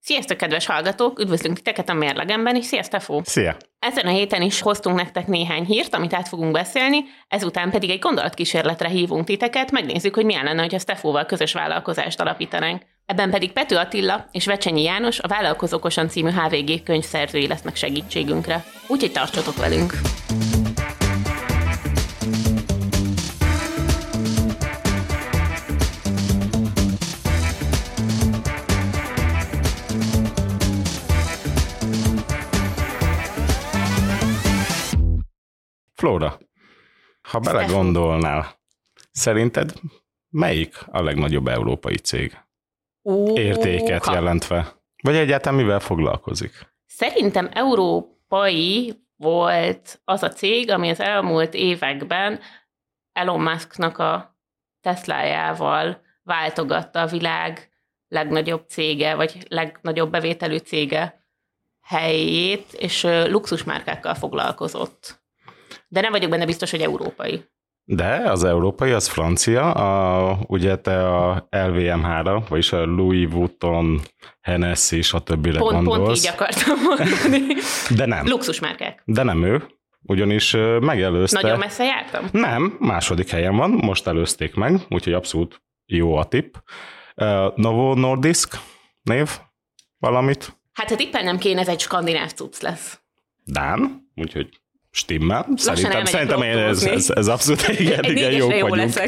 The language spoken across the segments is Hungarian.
Sziasztok, kedves hallgatók! Üdvözlünk titeket a Mérlegemben, és szia, Stefó! Szia! Ezen a héten is hoztunk nektek néhány hírt, amit át fogunk beszélni, ezután pedig egy gondolatkísérletre hívunk titeket, megnézzük, hogy milyen lenne, hogyha Stefóval közös vállalkozást alapítanánk. Ebben pedig Pető Attila és Vecsenyi János, a Vállalkozókosan című HVG könyv szerzői lesznek segítségünkre. Úgyhogy tartsatok velünk! Flóra, ha belegondolnál, szerinted melyik a legnagyobb európai cég? Értéket jelentve. Vagy egyáltalán mivel foglalkozik? Szerintem európai volt az a cég, ami az elmúlt években Elon Musknak a Teslájával váltogatta a világ legnagyobb cége, vagy legnagyobb bevételű cége helyét, és luxusmárkákkal foglalkozott. De nem vagyok benne biztos, hogy európai. De az európai, az francia, ugye te a LVMH-ra, vagyis a Louis Vuitton, Hennessy, stb. Gondolsz. Pont így akartam mondani. De nem. Luxusmárkák. De nem ő, ugyanis megelőzte. Nagyon messze jártam? Nem, második helyen van, most előzték meg, úgyhogy abszolút jó a tipp. Novo Nordisk név valamit? Hát ha tippelnem kéne, ez egy skandináv cucc lesz. Dán, úgyhogy stimmel. Szerintem ez abszolút igen jók vagyunk. Leszek.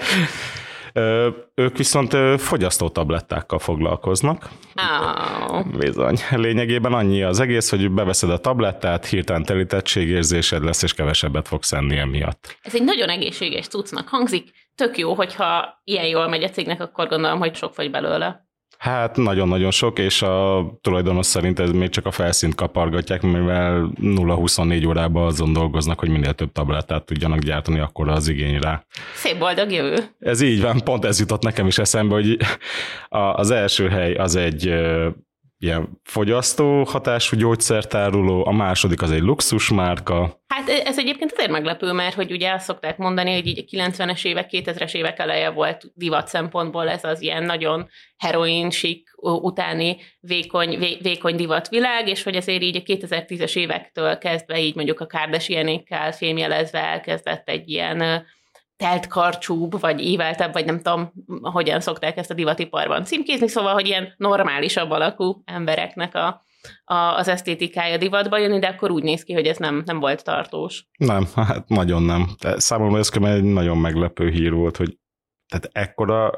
Ők viszont fogyasztótablettákkal foglalkoznak. Bizony. Lényegében annyi az egész, hogy beveszed a tablettát, hirtelen telítettségérzésed lesz, és kevesebbet fogsz enni emiatt. Ez egy nagyon egészséges cuccnak hangzik. Tök jó, hogyha ilyen jól megy a cégnek, akkor gondolom, hogy sok vagy belőle. Hát nagyon-nagyon sok, és a tulajdonos szerint ez még csak a felszínt kapargatják, mivel 0-24 órában azon dolgoznak, hogy minél több tablettát tudjanak gyártani, akkor az igény rá. Szép boldog jövő. Ez így van, pont ez jutott nekem is eszembe, hogy az első hely az egy ilyen fogyasztó hatású gyógyszertáruló, a második az egy luxusmárka. Hát ez egyébként azért meglepő, mert hogy ugye azt szokták mondani, hogy így a 90-es évek, 2000-es évek eleje volt divat szempontból ez az ilyen nagyon heroin-sik utáni vékony divatvilág, és hogy azért így a 2010-es évektől kezdve így mondjuk a Kardashianékkel fémjelezve elkezdett egy ilyen telt karcsúbb, vagy íveltebb, vagy nem tudom, hogyan szokták ezt a divatiparban címkézni, szóval, hogy ilyen normálisabb alakú embereknek az esztétikája divatba jönni, de akkor úgy néz ki, hogy ez nem volt tartós. Nem, hát nagyon nem. De számomra ez egy nagyon meglepő hír volt, hogy tehát ekkora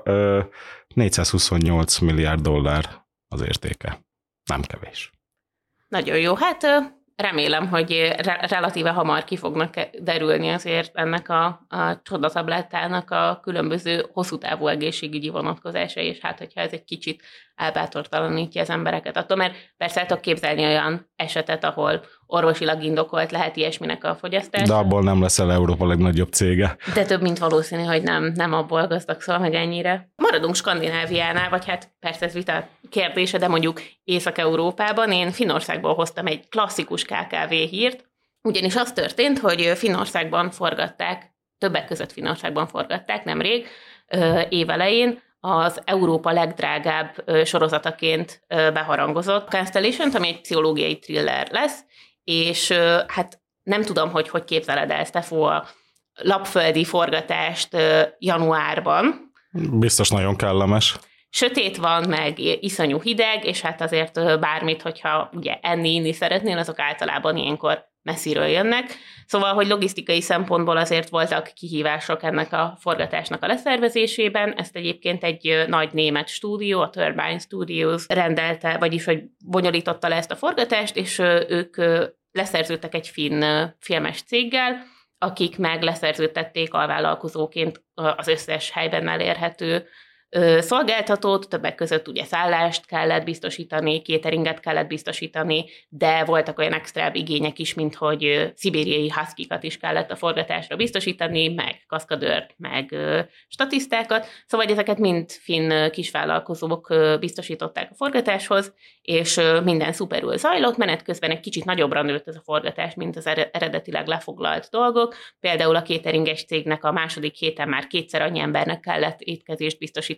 428 milliárd dollár az értéke. Nem kevés. Nagyon jó. Hát remélem, hogy relatíve hamar ki fognak derülni azért ennek a csodatablettának a különböző hosszú távú egészségügyi vonatkozása, és hát, hogyha ez egy kicsit elbátortalanítja az embereket attól, mert persze el tudok képzelni olyan esetet, ahol orvosilag indokolt lehet ilyesminek a fogyasztás. De abból nem leszel Európa legnagyobb cége. De több, mint valószínű, hogy nem abból gazdagszol meg ennyire. Maradunk Skandináviánál, vagy hát persze ez vita kérdése, de mondjuk Észak-Európában én Finnországból hoztam egy klasszikus KKV hírt, ugyanis az történt, hogy Finnországban forgatták, többek között Finnországban forgatták nemrég, évelején, az Európa legdrágább sorozataként beharangozott Constellation-t, ami egy pszichológiai thriller lesz, és hát nem tudom, hogy képzeled el, Stefó, a lapföldi forgatást januárban. Biztos nagyon kellemes. Sötét van, meg iszonyú hideg, és hát azért bármit, hogyha ugye enni-inni szeretnél, azok általában ilyenkor messziről jönnek. Szóval, hogy logisztikai szempontból azért voltak kihívások ennek a forgatásnak a leszervezésében. Ezt egyébként egy nagy német stúdió, a Turbine Studios rendelte, vagyis hogy bonyolította le ezt a forgatást, és ők leszerződtek egy finn filmes céggel, akik meg leszerződtették alvállalkozóként az összes helyben elérhető szolgáltatót, többek között ugye szállást kellett biztosítani, cateringet kellett biztosítani, de voltak olyan extra igények is, mint hogy szibériai huskykat is kellett a forgatásra biztosítani, meg kaszkadőrt, meg statisztákat, szóval ezeket mind finn kisvállalkozók biztosították a forgatáshoz, és minden szuperül zajlott, menet közben egy kicsit nagyobbra nőtt ez a forgatás, mint az eredetileg lefoglalt dolgok. Például a cateringes cégnek a második héten már 2-szer annyi embernek kellett étkezést biztosítani,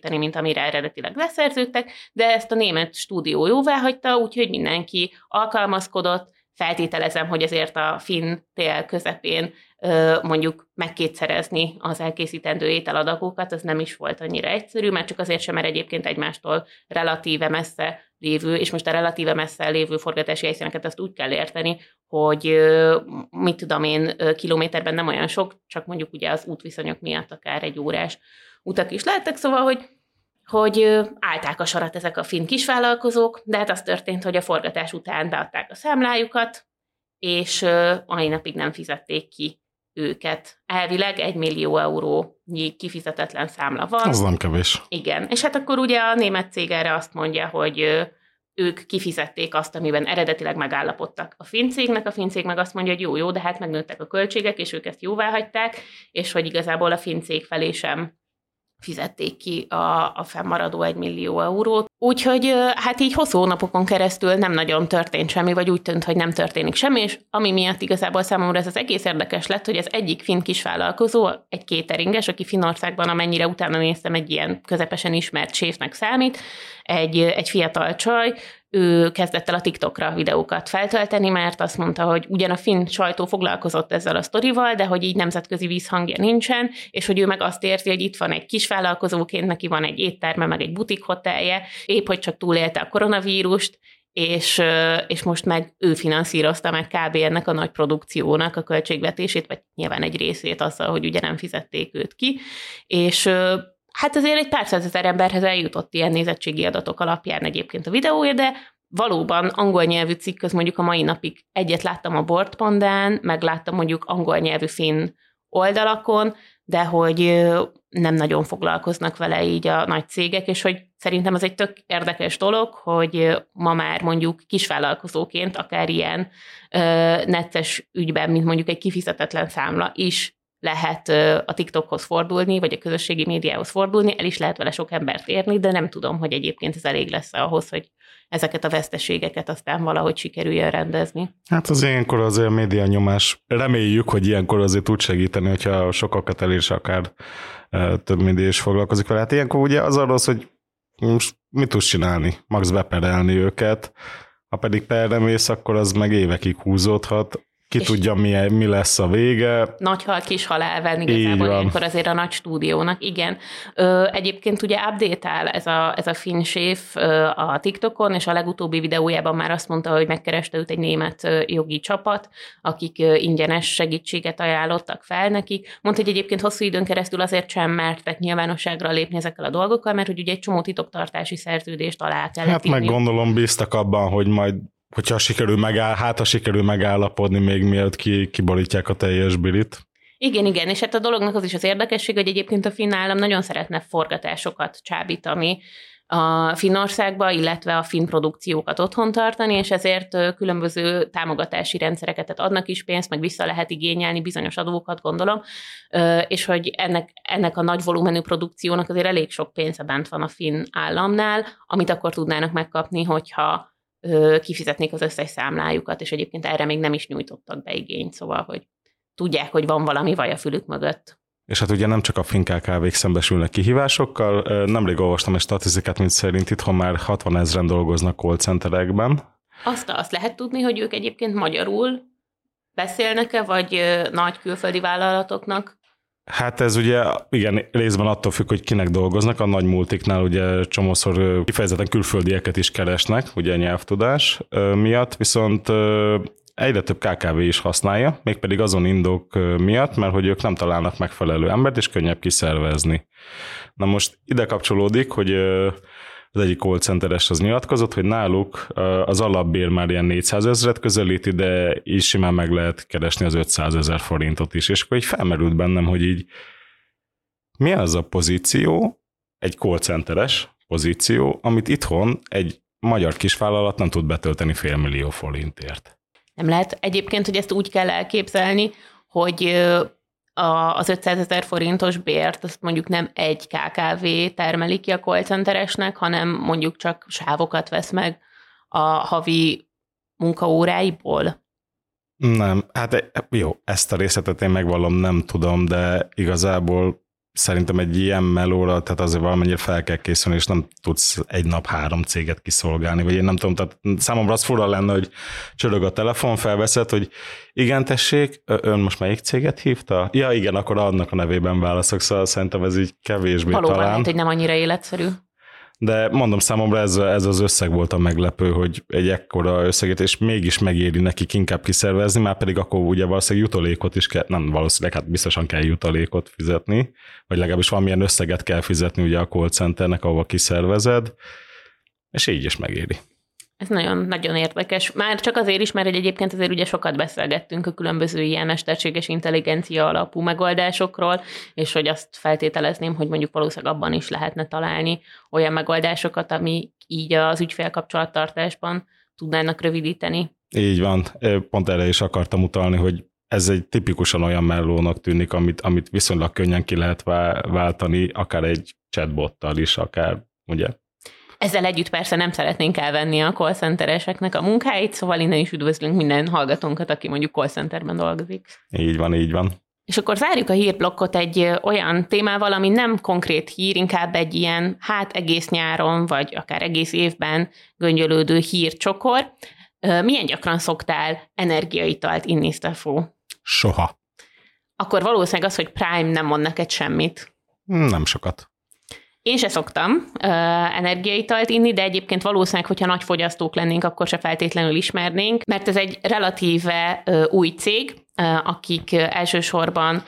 benyújtani, mint amire eredetileg leszerződtek, de ezt a német stúdió jóváhagyta, úgyhogy mindenki alkalmazkodott. Feltételezem, hogy azért a finn tél közepén mondjuk megkétszerezni az elkészítendő ételadagókat, az nem is volt annyira egyszerű, mert csak azért sem, mert egyébként egymástól relatíve messze lévő, és most a relatíve messze lévő forgatási helyszíneket azt úgy kell érteni, hogy mit tudom én, kilométerben nem olyan sok, csak mondjuk ugye az útviszonyok miatt akár egy órás utak is lehettek, szóval, hogy állták a sarat ezek a finn kisvállalkozók, de hát az történt, hogy a forgatás után beadták a számlájukat, és mai napig nem fizették ki őket. Elvileg 1 millió eurónyi kifizetetlen számla van. Az nem kevés. Igen, és hát akkor ugye a német cég erre azt mondja, hogy ők kifizették azt, amiben eredetileg megállapodtak a finn cégnek, a finn cég meg azt mondja, hogy jó, de hát megnőttek a költségek, és ők ezt jóváhagyták, és hogy igazából a finn cég felé sem fizették ki a fennmaradó 1 millió eurót. Úgyhogy hát így hosszú hónapokon keresztül nem nagyon történt semmi, vagy úgy tűnt, hogy nem történik semmi, és ami miatt igazából számomra ez az egész érdekes lett, hogy az egyik finn kisvállalkozó, egy cateringes, aki Finnországban, amennyire utána néztem, egy ilyen közepesen ismert séfnek számít, egy fiatal csaj, ő kezdett el a TikTokra videókat feltölteni, mert azt mondta, hogy ugyan a finn sajtó foglalkozott ezzel a sztorival, de hogy így nemzetközi vízhangja nincsen, és hogy ő meg azt érzi, hogy itt van egy kisvállalkozóként, neki van egy étterme, meg egy butikhotelje, épp hogy csak túlélte a koronavírust, és most meg ő finanszírozta meg kb. Ennek a nagy produkciónak a költségvetését, vagy nyilván egy részét azzal, hogy ugye nem fizették őt ki, és hát azért egy pár százezer emberhez eljutott ilyen nézettségi adatok alapján egyébként a videója, de valóban angol nyelvű cikk köz mondjuk a mai napig egyet láttam a Board Pandán, meg láttam mondjuk angol nyelvű finn oldalakon, de hogy nem nagyon foglalkoznak vele így a nagy cégek, és hogy szerintem az egy tök érdekes dolog, hogy ma már mondjuk kisvállalkozóként akár ilyen necces ügyben, mint mondjuk egy kifizetetlen számla is lehet a TikTokhoz fordulni, vagy a közösségi médiához fordulni, el is lehet vele sok embert érni, de nem tudom, hogy egyébként ez elég lesz ahhoz, hogy ezeket a veszteségeket aztán valahogy sikerüljön rendezni. Hát az ilyenkor azért a média nyomás, reméljük, hogy ilyenkor azért tud segíteni, hogyha sokakat elér, akár több média is foglalkozik vele. Hát ilyenkor ugye az arról, hogy most mit tudsz csinálni? Max beperelni őket, ha pedig perre mész, akkor az meg évekig húzódhat. Ki tudja, mi lesz a vége. Nagy hal, kis hal elven igazából ilyenkor azért a nagy stúdiónak. Igen. Egyébként ugye update-ál ez a finn séf a TikTokon, és a legutóbbi videójában már azt mondta, hogy megkereste őt egy német jogi csapat, akik ingyenes segítséget ajánlottak fel nekik. Mondta, hogy egyébként hosszú időn keresztül azért sem mertek nyilvánosságra lépni ezekkel a dolgokkal, mert hogy ugye egy csomó titoktartási szerződést alá kellett Hát meg gondolom bíztak abban, hogy majd hogyha sikerül megállapodni még mielőtt kiborítják a teljes bilit. Igen, és hát a dolognak az is az érdekesség, hogy egyébként a finn állam nagyon szeretne forgatásokat csábítani a Finnországba, illetve a finn produkciókat otthon tartani, és ezért különböző támogatási rendszereket adnak is pénzt, meg vissza lehet igényelni bizonyos adókat, gondolom, és hogy ennek a nagy volumenű produkciónak azért elég sok pénze bent van a finn államnál, amit akkor tudnának megkapni, hogyha kifizetnék az összes számlájukat, és egyébként erre még nem is nyújtottak be igényt, szóval, hogy tudják, hogy van valami vaj a fülük mögött. És hát ugye nem csak a finn KKV-k szembesülnek kihívásokkal, nemrég olvastam egy statisztikát, mint szerint itthon már 60 000 dolgoznak call centerekben. Azt lehet tudni, hogy ők egyébként magyarul beszélnek-e, vagy nagy külföldi vállalatoknak? Hát ez ugye, igen, részben attól függ, hogy kinek dolgoznak. A nagy multiknál ugye csomószor kifejezetten külföldieket is keresnek, ugye nyelvtudás miatt, viszont egyre több KKV is használja, mégpedig azon indok miatt, mert hogy ők nem találnak megfelelő embert, és könnyebb kiszervezni. Na most ide kapcsolódik, hogy az egyik call centeres az nyilatkozott, hogy náluk az alapbér már ilyen 400 000 közelíti, de így simán meg lehet keresni az 500 000 forintot is. És akkor így felmerült bennem, hogy így mi az a pozíció, egy call centeres pozíció, amit itthon egy magyar kisvállalat nem tud betölteni 500 000 forintért. Nem lehet egyébként, hogy ezt úgy kell elképzelni, hogy az 500 000 forintos bért, azt mondjuk nem egy KKV termeli ki a call centeresnek, hanem mondjuk csak sávokat vesz meg a havi munkaóráiból? Nem, hát jó, ezt a részletet én megvallom, nem tudom, de igazából szerintem egy ilyen melóra, tehát azért valamennyire fel kell készülni, és nem tudsz egy nap 3 céget kiszolgálni, vagy én nem tudom, tehát számomra az fura lenne, hogy csörög a telefon, felveszed, hogy igen, tessék, ön most melyik céget hívta? Ja, igen, akkor annak a nevében válaszok, szóval szerintem ez így kevésbé valóban talán. lehet, hogy nem annyira életszerű. De mondom, számomra ez az összeg volt a meglepő, hogy egy ekkora összeget, és mégis megéri nekik inkább kiszervezni, már pedig akkor ugye valószínűleg jutalékot is kell, nem valószínűleg, hát biztosan kell jutalékot fizetni, vagy legalábbis valamilyen összeget kell fizetni ugye a call centernek, ahova kiszervezed, és így is megéri. Ez nagyon érdekes. Már csak azért is, mert egyébként azért ugye sokat beszélgettünk a különböző ilyen mesterséges intelligencia alapú megoldásokról, és hogy azt feltételezném, hogy mondjuk valószínűleg abban is lehetne találni olyan megoldásokat, ami így az ügyfélkapcsolattartásban tudnának rövidíteni. Így van. Pont erre is akartam utalni, hogy ez egy tipikusan olyan mellónak tűnik, amit viszonylag könnyen ki lehet váltani, akár egy chatbottal is, akár, ugye? Ezzel együtt persze nem szeretnénk elvenni a call centereseknek a munkáit, szóval innen is üdvözlünk minden hallgatónkat, aki mondjuk call centerben dolgozik. Így van, így van. És akkor zárjuk a hírblokkot egy olyan témával, ami nem konkrét hír, inkább egy ilyen, egész nyáron, vagy akár egész évben göngyölődő hírcsokor. Milyen gyakran szoktál energiaitalt inni, Steffo? Soha. Akkor valószínűleg az, hogy Prime nem mond neked semmit. Nem sokat. Én se szoktam energiaitalt inni, de egyébként valószínűleg, hogyha nagy fogyasztók lennénk, akkor se feltétlenül ismernénk, mert ez egy relatíve új cég, akik elsősorban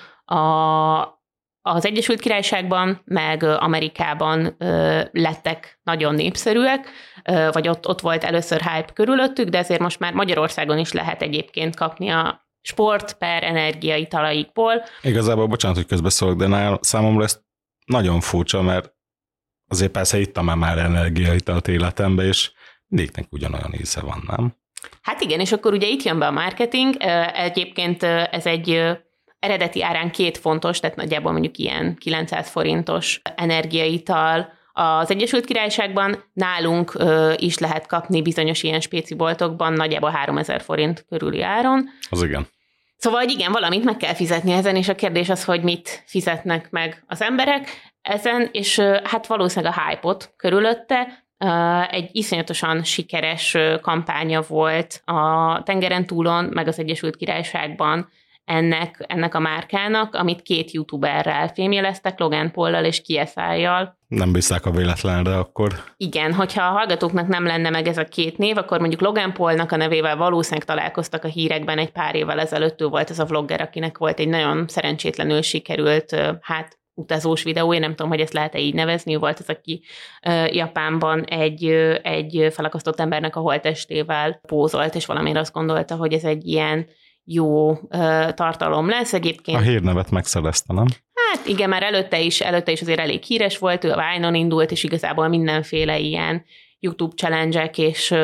az Egyesült Királyságban, meg Amerikában lettek nagyon népszerűek, vagy ott volt először hype körülöttük, de ezért most már Magyarországon is lehet egyébként kapni a sport per energiaitalaikból. Igazából, bocsánat, hogy közbeszólok, de számomra ez nagyon furcsa, mert azért persze ittam már energiaitalt életembe, és mindegyiknek ugyanolyan íze van, nem? Hát igen, és akkor ugye itt jön be a marketing. Egyébként ez egy eredeti árán 2 fontos, tehát nagyjából mondjuk ilyen 900 forintos energiaital. Az Egyesült Királyságban nálunk is lehet kapni bizonyos ilyen spéciboltokban nagyjából 3000 forint körüli áron. Az igen. Szóval igen, valamit meg kell fizetni ezen, és a kérdés az, hogy mit fizetnek meg az emberek ezen, és hát valószínűleg a hype-ot körülötte. Egy iszonyatosan sikeres kampánya volt a tengeren túlon, meg az Egyesült Királyságban ennek a márkának, amit 2 youtuberrel fémjeleztek, Logan Paullal és KSI-jal. Nem bízták a véletlenre akkor. Igen, hogyha a hallgatóknak nem lenne meg ez a 2 név, akkor mondjuk Logan Paulnak a nevével valószínűleg találkoztak a hírekben egy pár évvel ezelőtt. Ő volt az a vlogger, akinek volt egy nagyon szerencsétlenül sikerült, utazós videó, én nem tudom, hogy ezt lehet-e így nevezni, ő volt az, aki Japánban egy felakasztott embernek a holttestével pózolt, és valamire azt gondolta, hogy ez egy ilyen jó tartalom lesz. Egyébként a hírnevet megszerezte, nem? Hát igen, már előtte is azért elég híres volt, ő a Vine-on indult, és igazából mindenféle ilyen YouTube challenge-ek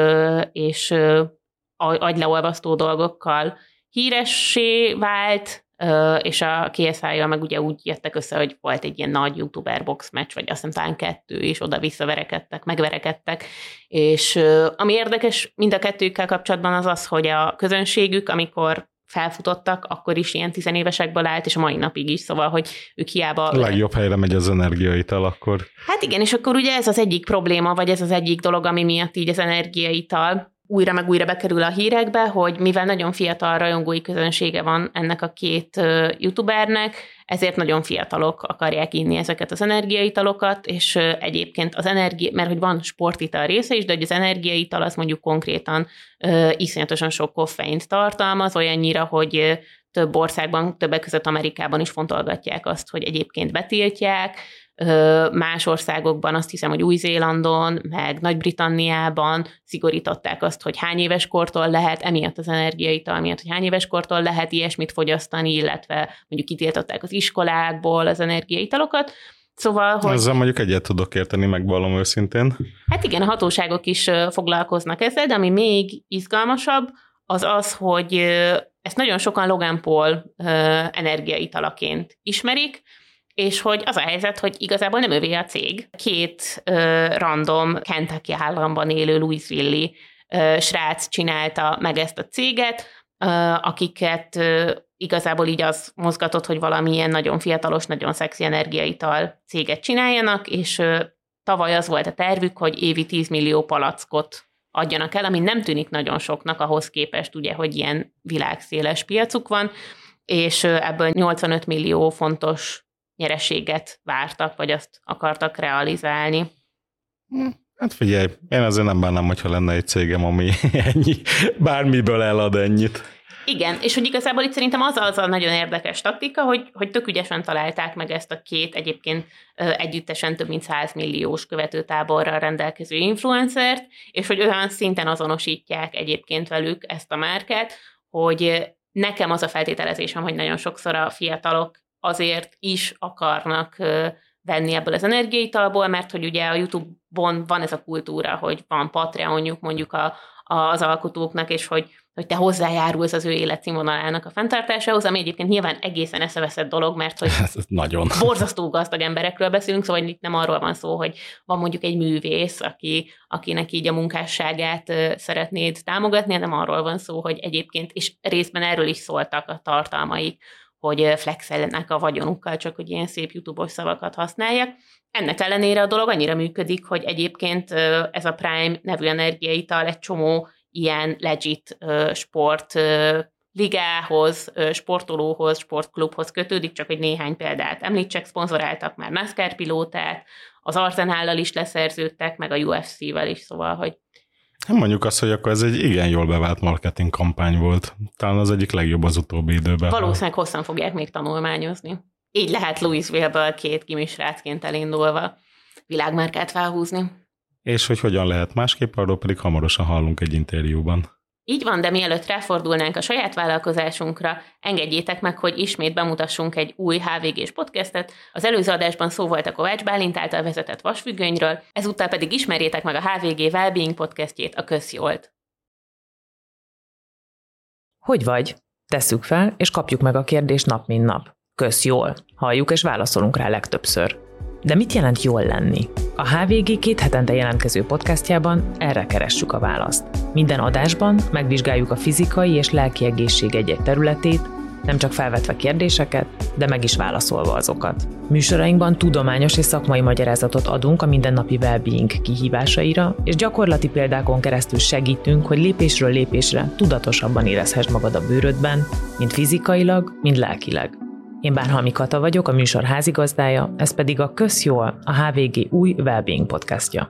és agyleolvasztó dolgokkal híressé vált, és a KSI-jal meg ugye úgy jöttek össze, hogy volt egy ilyen nagy youtuber box match, vagy azt hiszem talán 2, és oda-vissza megverekedtek, és ami érdekes mind a kettőkkel kapcsolatban az, hogy a közönségük, amikor felfutottak, akkor is ilyen 10 évesekből állt, és a mai napig is, szóval, hogy ők hiába... A legjobb helyre megy az energiaital akkor. Hát igen, és akkor ugye ez az egyik probléma, vagy ez az egyik dolog, ami miatt így az energiaital újra meg újra bekerül a hírekbe, hogy mivel nagyon fiatal rajongói közönsége van ennek a 2 youtubernek, ezért nagyon fiatalok akarják inni ezeket az energiaitalokat, és egyébként mert hogy van sportital része is, de hogy az energiaital az mondjuk konkrétan iszonyatosan sok koffeint tartalmaz, olyannyira, hogy több országban, többek között Amerikában is fontolgatják azt, hogy egyébként betiltják. Más országokban, azt hiszem, hogy Új-Zélandon, meg Nagy-Britanniában szigorították azt, hogy hány éves kortól lehet, emiatt az energiaital miatt, hogy hány éves kortól lehet ilyesmit fogyasztani, illetve mondjuk kitiltották az iskolákból az energiaitalokat. Szóval, hogy... Ezzel mondjuk egyet tudok érteni, megvallom őszintén. Hát igen, a hatóságok is foglalkoznak ezzel, de ami még izgalmasabb, az, hogy ezt nagyon sokan Logan Paul energiaitalaként ismerik, és hogy az a helyzet, hogy igazából nem övé a cég. 2 random Kentucky államban élő Louisville-i srác csinálta meg ezt a céget, akiket igazából így az mozgatott, hogy valamilyen nagyon fiatalos, nagyon szexi energiaital céget csináljanak, és tavaly az volt a tervük, hogy évi 10 millió palackot adjanak el, ami nem tűnik nagyon soknak ahhoz képest, ugye, hogy ilyen világszéles piacuk van, és ebből 85 millió fontos nyereséget vártak, vagy azt akartak realizálni. Hát figyelj, én azért nem bánnám, hogyha lenne egy cégem, ami ennyi, bármiből elad ennyit. Igen, és hogy igazából itt szerintem az a nagyon érdekes taktika, hogy tök ügyesen találták meg ezt a két egyébként együttesen több mint 100 milliós követőtáborral rendelkező influencert, és hogy olyan szinten azonosítják egyébként velük ezt a márkát, hogy nekem az a feltételezésem, hogy nagyon sokszor a fiatalok azért is akarnak venni ebből az energiaitalból, mert hogy ugye a YouTube-on van ez a kultúra, hogy van Patreonjuk mondjuk az alkotóknak, és hogy te hozzájárulsz az ő életszínvonalának a fenntartásához, ami egyébként nyilván egészen eszeveszett dolog, mert hogy nagyon borzasztó gazdag emberekről beszélünk, szóval itt nem arról van szó, hogy van mondjuk egy művész, akinek így a munkásságát szeretnéd támogatni, hanem arról van szó, hogy egyébként, és részben erről is szóltak a tartalmaik, hogy flexelnek a vagyonukkal, csak hogy ilyen szép YouTube-os szavakat használják. Ennek ellenére a dolog annyira működik, hogy egyébként ez a Prime nevű energiaital egy csomó ilyen legit sport ligához, sportolóhoz, sportklubhoz kötődik, csak hogy néhány példát említsek, szponzoráltak már NASCAR pilótát, az Arsenállal is leszerződtek, meg a UFC-vel is, szóval, hogy nem mondjuk azt, hogy akkor ez egy igen jól bevált marketing kampány volt. Talán az egyik legjobb az utóbbi időben. Valószínűleg hosszan fogják még tanulmányozni. Így lehet Louisville-ből 2 gimisrácként elindulva világmárkát felhúzni. És hogy hogyan lehet másképp, arról pedig hamarosan hallunk egy interjúban. Így van, de mielőtt ráfordulnánk a saját vállalkozásunkra, engedjétek meg, hogy ismét bemutassunk egy új HVG-s podcastet. Az előző adásban szó volt a Kovács Bálint által vezetett vasfüggönyről, ezúttal pedig ismerjétek meg a HVG Wellbeing podcastjét, a Közjólt. Hogy vagy? Tesszük fel, és kapjuk meg a kérdést nap mint nap. Közjól. Halljuk és válaszolunk rá legtöbbször. De mit jelent jól lenni? A HVG 2 hetente jelentkező podcastjában erre keressük a választ. Minden adásban megvizsgáljuk a fizikai és lelki egészség egy-egy területét, nem csak felvetve kérdéseket, de meg is válaszolva azokat. Műsorainkban tudományos és szakmai magyarázatot adunk a mindennapi well-being kihívásaira, és gyakorlati példákon keresztül segítünk, hogy lépésről lépésre tudatosabban érezhess magad a bőrödben, mind fizikailag, mind lelkileg. Én Bárhalmi Kata vagyok, a műsor házigazdája, ez pedig a Közjól, a HVG új Wellbeing podcastja.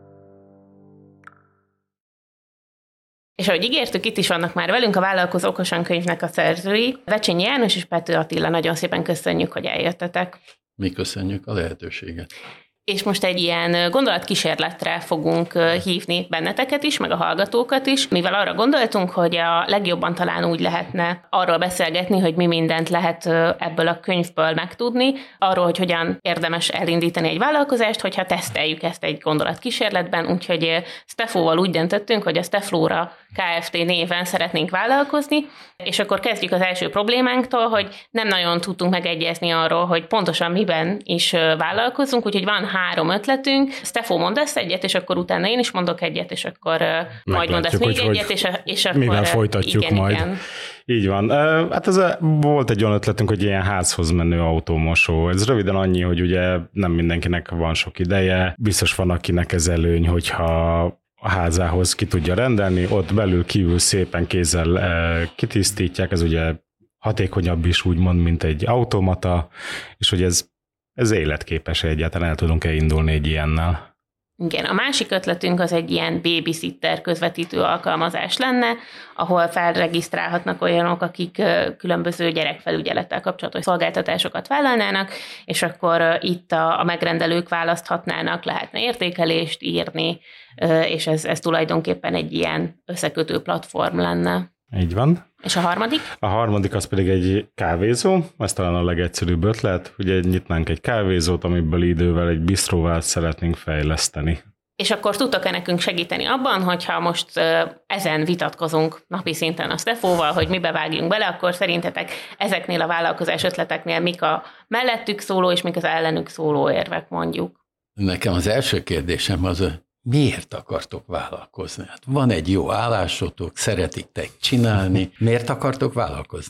És ahogy ígértük, itt is vannak már velünk a Vállalkozó Okosan könyvnek a szerzői. Vecsényi János és Pető Attila, nagyon szépen köszönjük, hogy eljöttetek. Mi köszönjük a lehetőséget. És most egy ilyen gondolatkísérletre fogunk hívni benneteket is, meg a hallgatókat is, mivel arra gondoltunk, hogy a legjobban talán úgy lehetne arról beszélgetni, hogy mi mindent lehet ebből a könyvből megtudni, arról, hogy hogyan érdemes elindítani egy vállalkozást, hogyha teszteljük ezt egy gondolatkísérletben, úgyhogy Stefóval úgy döntöttünk, hogy a Steflóra Kft. Néven szeretnénk vállalkozni, és akkor kezdjük az első problémánktól, hogy nem nagyon tudtunk megegyezni arról, hogy pontosan miben is vállalkozunk, úgyhogy van 3 ötletünk. Stefó mondasz egyet, és akkor utána én is mondok egyet, és akkor majd mondasz még egyet, és akkor mivel folytatjuk igen, majd. Igen. Így van. Hát volt egy olyan ötletünk, hogy ilyen házhoz menő autómosó. Ez röviden annyi, hogy ugye nem mindenkinek van sok ideje. Biztos van, akinek ez előny, hogyha a házához ki tudja rendelni, ott belül kívül szépen kézzel kitisztítják, ez ugye hatékonyabb is úgymond, mint egy automata, és hogy ez életképes egyáltalán, el tudunk-e indulni egy ilyennel. Igen, a másik ötletünk az egy ilyen babysitter közvetítő alkalmazás lenne, ahol felregisztrálhatnak olyanok, akik különböző gyerekfelügyelettel kapcsolatos szolgáltatásokat vállalnának, és akkor itt a megrendelők választhatnának, lehetne értékelést írni, és ez tulajdonképpen egy ilyen összekötő platform lenne. Így van. És a harmadik? A harmadik az pedig egy kávézó, ez talán a legegyszerűbb ötlet, ugye nyitnánk egy kávézót, amiből idővel egy bistróvát szeretnénk fejleszteni. És akkor tudtok-e nekünk segíteni abban, hogyha most ezen vitatkozunk napi szinten a Stefóval, hogy mibe vágjunk bele, akkor szerintetek ezeknél a vállalkozás ötleteknél mik a mellettük szóló és mik az ellenük szóló érvek mondjuk? Nekem az első kérdésem az, miért akartok vállalkozni? Hát van egy jó állásotok, szeretitek csinálni, miért akartok vállalkozni?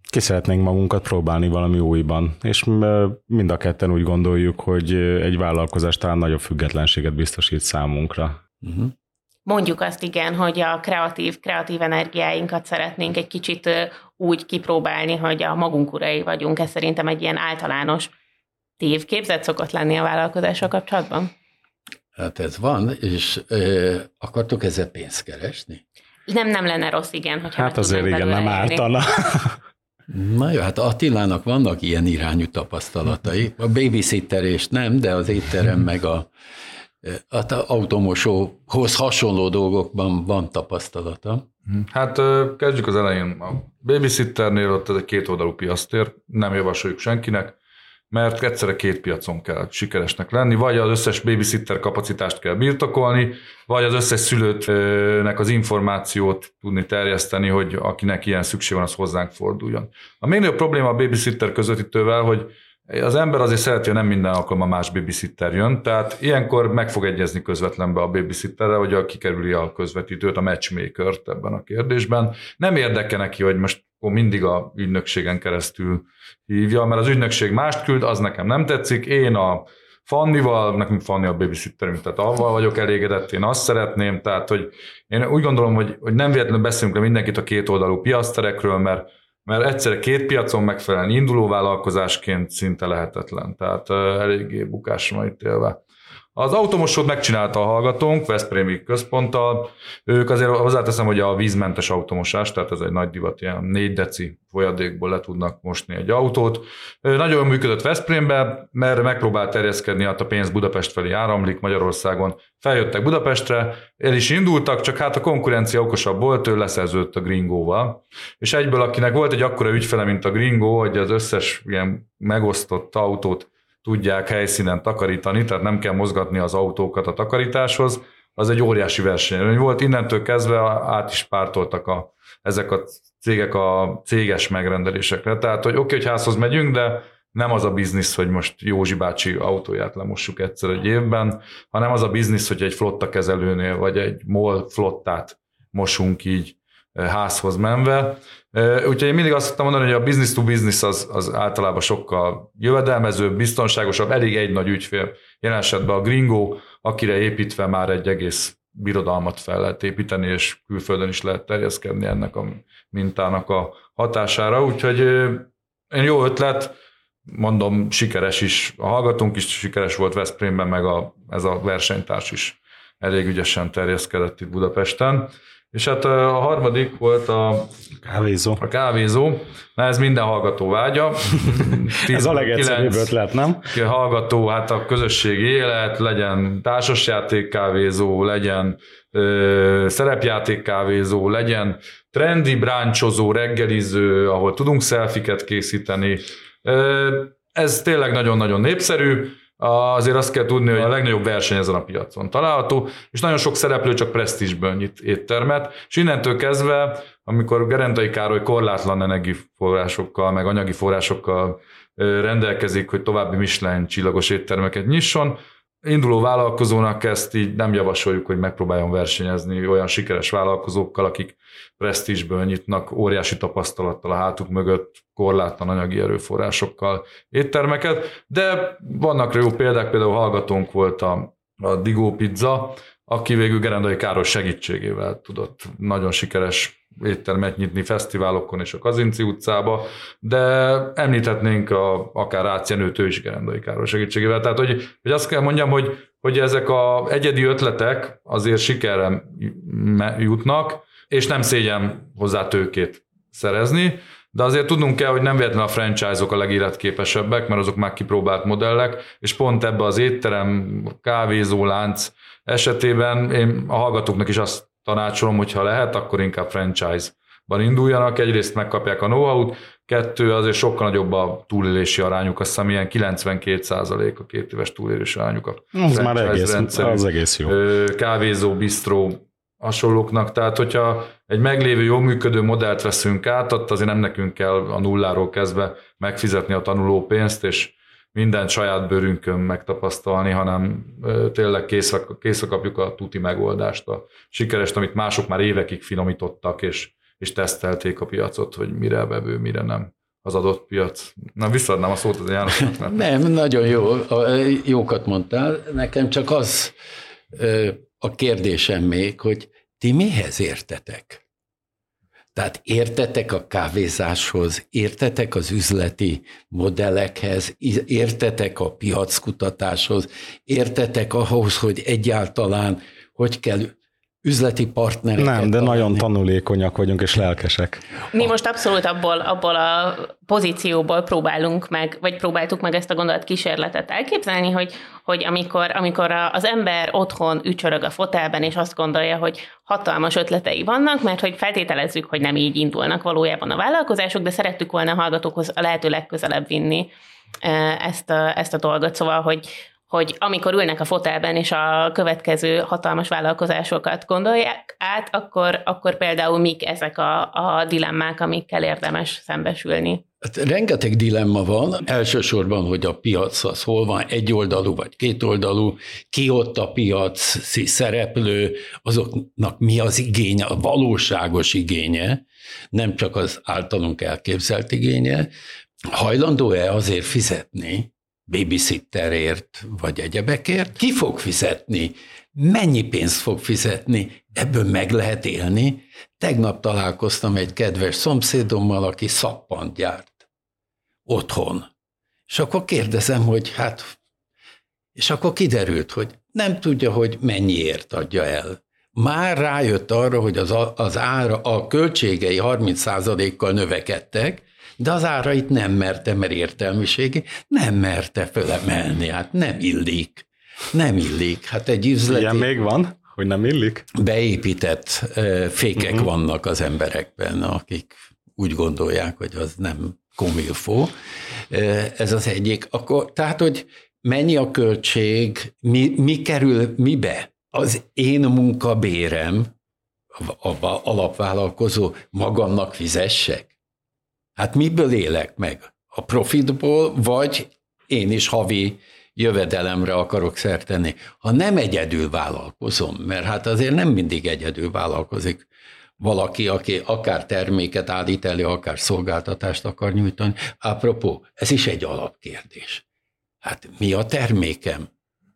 Ki szeretnénk magunkat próbálni valami újban, és mind a ketten úgy gondoljuk, hogy egy vállalkozás talán nagyobb függetlenséget biztosít számunkra. Uh-huh. Mondjuk azt igen, hogy a kreatív energiáinkat szeretnénk egy kicsit úgy kipróbálni, hogy a magunk urai vagyunk. Ez szerintem egy ilyen általános tévképzet szokott lenni a vállalkozással kapcsolatban. Hát ez van, és akartok ezzel pénzt keresni? Nem lenne rossz, igen, hogyha hát azért igen, nem ártana. Na jó, hát Attilának vannak ilyen irányú tapasztalatai. A babysitterést nem, de az étterem meg az automosóhoz hasonló dolgokban van tapasztalata. Hát kezdjük az elején. A babysitternél ott ez egy kétoldalú piactér, nem javasoljuk senkinek, mert egyszerre két piacon kell sikeresnek lenni, vagy az összes babysitter kapacitást kell birtokolni, vagy az összes szülőtnek az információt tudni terjeszteni, hogy akinek ilyen szükség van, az hozzánk forduljon. A még nagyobb probléma a babysitter közvetítővel, hogy az ember azért szereti, hogy nem minden alkalommal más babysitter jön, tehát ilyenkor meg fog egyezni közvetlenbe a babysitterre, hogy kikerüli a közvetítőt, a matchmakert ebben a kérdésben. Nem érdekel neki, hogy most mindig a ügynökségen keresztül hívja, mert az ügynökség mást küld, az nekem nem tetszik, én a Fannival, nekünk Fanni a babysitterünk, tehát avval vagyok elégedett, én azt szeretném, tehát hogy én úgy gondolom, hogy nem véletlenül beszélünk le mindenkit a kétoldalú piacterekről, mert egyszerre két piacon megfelelően induló vállalkozásként szinte lehetetlen, tehát eléggé bukásra van ítélve. Az automosót megcsinálta a hallgatónk, Veszprémi központtal, ők azért hozzáteszem, hogy a vízmentes automosás, tehát ez egy nagy divat, ilyen 4 deci folyadékból le tudnak mosni egy autót. Nagyon működött Veszprémben, mert megpróbált terjeszkedni, hát a pénz Budapest felé áramlik Magyarországon. Feljöttek Budapestre, el is indultak, csak hát a konkurencia okosabb volt, ő leszerződött a Gringóval. És egyből, akinek volt egy akkora ügyfele, mint a Gringó, hogy az összes ilyen megosztott autót tudják helyszínen takarítani, tehát nem kell mozgatni az autókat a takarításhoz, az egy óriási verseny. Volt innentől kezdve át is pártoltak ezek a cégek a céges megrendelésekre. Tehát, hogy oké, hogy házhoz megyünk, de nem az a biznisz, hogy most Józsi bácsi autóját lemossuk egyszer egy évben, hanem az a biznisz, hogy egy flotta kezelőnél, vagy egy MOL flottát mosunk így házhoz menve. Úgyhogy én mindig azt szoktam mondani, hogy a business to business az általában sokkal jövedelmezőbb, biztonságosabb, elég egy nagy ügyfél. Jelen esetben a Gringo, akire építve már egy egész birodalmat fel lehet építeni, és külföldön is lehet terjeszkedni ennek a mintának a hatására. Úgyhogy jó ötlet, mondom, sikeres is. A hallgatónk is sikeres volt Veszprémben, meg ez a versenytárs is elég ügyesen terjeszkedett itt Budapesten. És hát a harmadik volt a kávézó. Na ez minden hallgató vágya. Ez a legegyszerűbb ötlet, nem? Hallgató, hát a közösségi élet, legyen társasjáték kávézó, legyen szerepjáték kávézó, legyen trendi bráncsozó, reggeliző, ahol tudunk szelfiket készíteni. Ez tényleg nagyon-nagyon népszerű. Azért azt kell tudni, hogy a legnagyobb verseny ezen a piacon található, és nagyon sok szereplő csak presztízsből nyit éttermet, és innentől kezdve, amikor Gerendai Károly korlátlan energiaforrásokkal, meg anyagi forrásokkal rendelkezik, hogy további Michelin csillagos éttermeket nyisson, induló vállalkozónak ezt így nem javasoljuk, hogy megpróbáljon versenyezni olyan sikeres vállalkozókkal, akik presztízsből nyitnak, óriási tapasztalattal a hátuk mögött, korlátlan anyagi erőforrásokkal éttermeket, de vannak jó példák, például hallgatónk volt a Digó Pizza, aki végül Gerendai Károly segítségével tudott nagyon sikeres éttermet nyitni fesztiválokon és a Kazinci utcába, de említhetnénk akár Rácz Jenőt, ő is Gerendai Károly segítségével. Tehát, hogy azt kell mondjam, hogy ezek az egyedi ötletek azért sikerre jutnak, és nem szégyen hozzá tőkét szerezni, de azért tudnunk kell, hogy nem véletlenül a franchise-ok a legéletképesebbek, mert azok már kipróbált modellek, és pont ebbe az étterem, kávézó lánc esetében én a hallgatóknak is azt tanácsolom, hogy ha lehet, akkor inkább franchise-ban induljanak. Egyrészt megkapják a know-how-t, kettő, azért sokkal nagyobb a túlélési arányuk, azt hiszem ilyen 92% a 2 éves túlélési arányuk. Az már egész jó. Kávézó, bistró, hasonlóknak, tehát hogyha egy meglévő, jól működő modellt veszünk át, ott azért nem nekünk kell a nulláról kezdve megfizetni a tanuló pénzt, és mindent saját bőrünkön megtapasztalni, hanem tényleg készre kapjuk a tuti megoldást, a sikerest, amit mások már évekig finomítottak, és tesztelték a piacot, hogy mire vevő, mire nem. az adott piac. Na, visszaadnám a szót az Jánosnak. Nem, nagyon jókat mondtál. Nekem csak az a kérdésem még, hogy ti mihez értetek? Tehát értetek a kávézáshoz, értetek az üzleti modellekhez, értetek a piackutatáshoz, értetek ahhoz, hogy egyáltalán hogy kell üzleti partnereket Nem, de találni. nagyon tanulékonyak vagyunk és lelkesek. Mi most abszolút abból a pozícióból próbáltuk meg ezt a gondolatkísérletet elképzelni, hogy amikor az ember otthon ücsörög a fotelben, és azt gondolja, hogy hatalmas ötletei vannak, mert hogy feltételezzük, hogy nem így indulnak valójában a vállalkozások, de szerettük volna a hallgatókhoz a lehető legközelebb vinni ezt a dolgot. Szóval, hogy amikor ülnek a fotelben, és a következő hatalmas vállalkozásokat gondolják át, akkor például mik ezek a dilemmák, amikkel érdemes szembesülni? Hát rengeteg dilemma van, elsősorban, hogy a piac az hol van, egyoldalú vagy kétoldalú, ki ott a piaci szereplő, azoknak mi az igénye, a valóságos igénye, nem csak az általunk elképzelt igénye, hajlandó-e azért fizetni, babysitterért vagy egyebekért, ki fog fizetni, mennyi pénzt fog fizetni, ebből meg lehet élni. Tegnap találkoztam egy kedves szomszédommal, aki szappant gyárt otthon. És akkor kérdezem, hogy és akkor kiderült, hogy nem tudja, hogy mennyiért adja el. Már rájött arra, hogy az ára, a költségei 30%-kal növekedtek, de az árait nem merte, mert értelmiségi, nem merte fölemelni, hát nem illik. Nem illik. Hát egy üzleti... Ilyen még van, hogy nem illik? Beépített fékek vannak az emberekben, akik úgy gondolják, hogy az nem komilfó. Ez az egyik. Tehát, hogy mennyi a költség, mi kerül mibe? Az én munkabérem, a alapvállalkozó magamnak fizessek? Hát miből élek meg? A profitból, vagy én is havi jövedelemre akarok szert tenni? Ha nem egyedül vállalkozom, mert hát azért nem mindig egyedül vállalkozik valaki, aki akár terméket állít elő, akár szolgáltatást akar nyújtani. Apropó, ez is egy alapkérdés. Hát mi a termékem?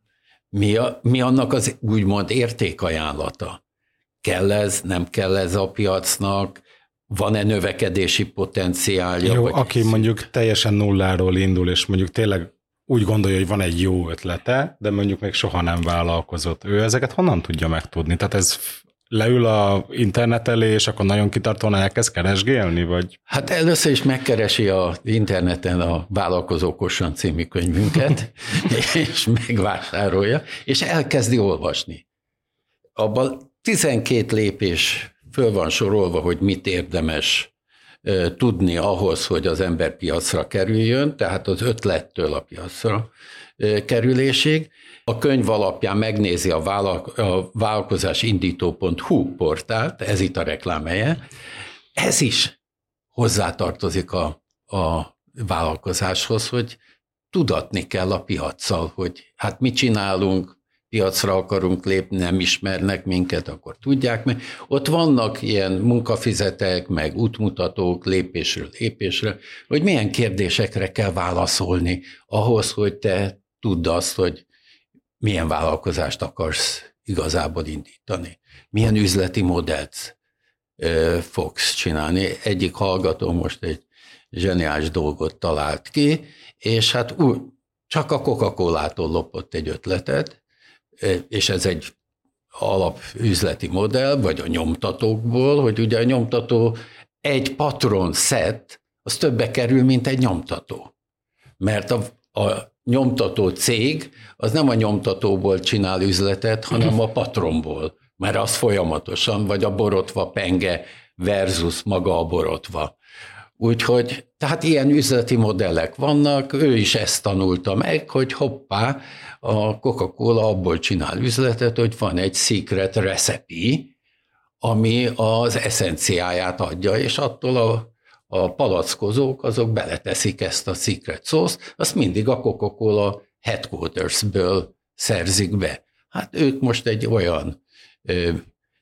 Mi annak az úgymond értékajánlata? Kell ez, nem kell ez a piacnak? Van-e növekedési potenciálja? Jó, aki mondjuk teljesen nulláról indul, és mondjuk tényleg úgy gondolja, hogy van egy jó ötlete, de mondjuk még soha nem vállalkozott. Ő ezeket honnan tudja megtudni? Tehát ez leül a internet elé, és akkor nagyon kitartóan elkezd keresgélni, vagy? Hát először is megkeresi az interneten a Vállalkozókosan című könyvünket, és megvásárolja, és elkezdi olvasni. Abban 12 lépés föl van sorolva, hogy mit érdemes tudni ahhoz, hogy az ember piacra kerüljön, tehát az ötlettől a piacra kerülésig. A könyv alapján megnézi a vállalkozásindító.hu portált, ez itt a reklámhelye. Ez is hozzátartozik a vállalkozáshoz, hogy tudatni kell a piaccal, hogy hát mit csinálunk, piacra akarunk lépni, nem ismernek minket, akkor tudják meg. Ott vannak ilyen munkafizetek, meg útmutatók lépésről lépésre, hogy milyen kérdésekre kell válaszolni ahhoz, hogy te tudd azt, hogy milyen vállalkozást akarsz igazából indítani. Milyen üzleti modellt fogsz csinálni. Egyik hallgató most egy zseniális dolgot talált ki, és hát csak a Coca-Colától lopott egy ötletet, és ez egy alapüzleti modell, vagy a nyomtatókból, hogy ugye a nyomtató egy patron szett, az többe kerül, mint egy nyomtató. Mert a nyomtató cég az nem a nyomtatóból csinál üzletet, hanem a patronból, mert az folyamatosan, vagy a borotva penge versus maga a borotva. Úgyhogy, tehát ilyen üzleti modellek vannak, ő is ezt tanulta meg, hogy hoppá, a Coca-Cola abból csinál üzletet, hogy van egy secret recipe, ami az eszenciáját adja, és attól a palackozók azok beleteszik ezt a secret sauce-t, azt mindig a Coca-Cola headquartersből szerzik be. Hát ők most egy olyan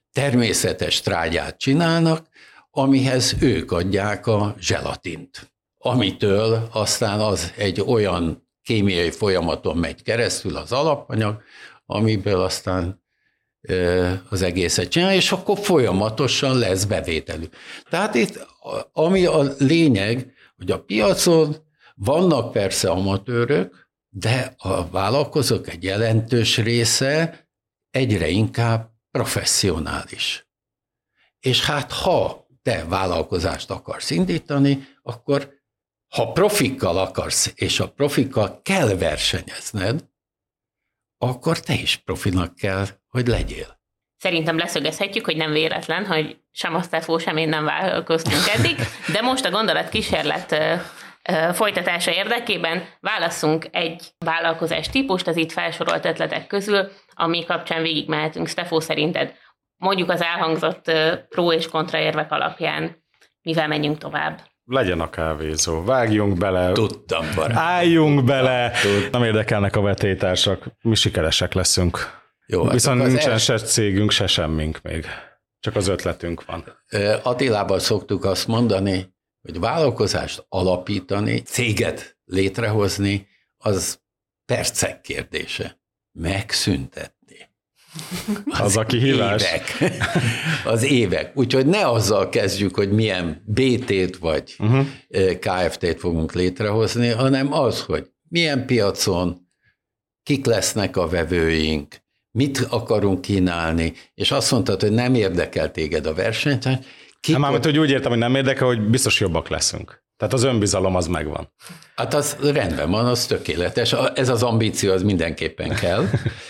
természetes trágyát csinálnak, amihez ők adják a zselatint. amitől aztán az egy olyan kémiai folyamaton megy keresztül az alapanyag, amiből aztán az egészet csinál, és akkor folyamatosan lesz bevételű. Tehát itt, ami a lényeg, hogy a piacon vannak persze amatőrök, de a vállalkozók egy jelentős része egyre inkább professzionális. És hát ha te vállalkozást akarsz indítani, akkor ha profikkal akarsz, és a profikkal kell versenyezned, akkor te is profinak kell, hogy legyél. Szerintem leszögezhetjük, hogy nem véletlen, hogy sem a Stefó, sem én nem vállalkoztunk eddig, de most a gondolatkísérlet folytatása érdekében válasszunk egy vállalkozás típust az itt felsorolt ötletek közül, ami kapcsán végigmehetünk. Stefó, szerinted mondjuk az elhangzott pró és kontra érvek alapján mivel menjünk tovább? Legyen a kávézó, vágjunk bele, Tudtam, barát. álljunk bele, nem érdekelnek a vetélytársak, mi sikeresek leszünk. Jó, viszont nincsen se cégünk, se semmink még, csak az ötletünk van. Attilában szoktuk azt mondani, hogy vállalkozást alapítani, céget létrehozni, az percek kérdése. Megszüntetni. Az a kihívás. Évek. Az évek. Úgyhogy ne azzal kezdjük, hogy milyen BT-t vagy KFT-t fogunk létrehozni, hanem az, hogy milyen piacon, kik lesznek a vevőink, mit akarunk kínálni, és azt mondtad, hogy nem érdekel téged a versenyt. Mármint, hogy úgy értem, hogy nem érdekel, hogy biztos jobbak leszünk. Tehát az önbizalom az megvan. Hát az rendben van, az tökéletes. Ez az ambíció, az mindenképpen kell.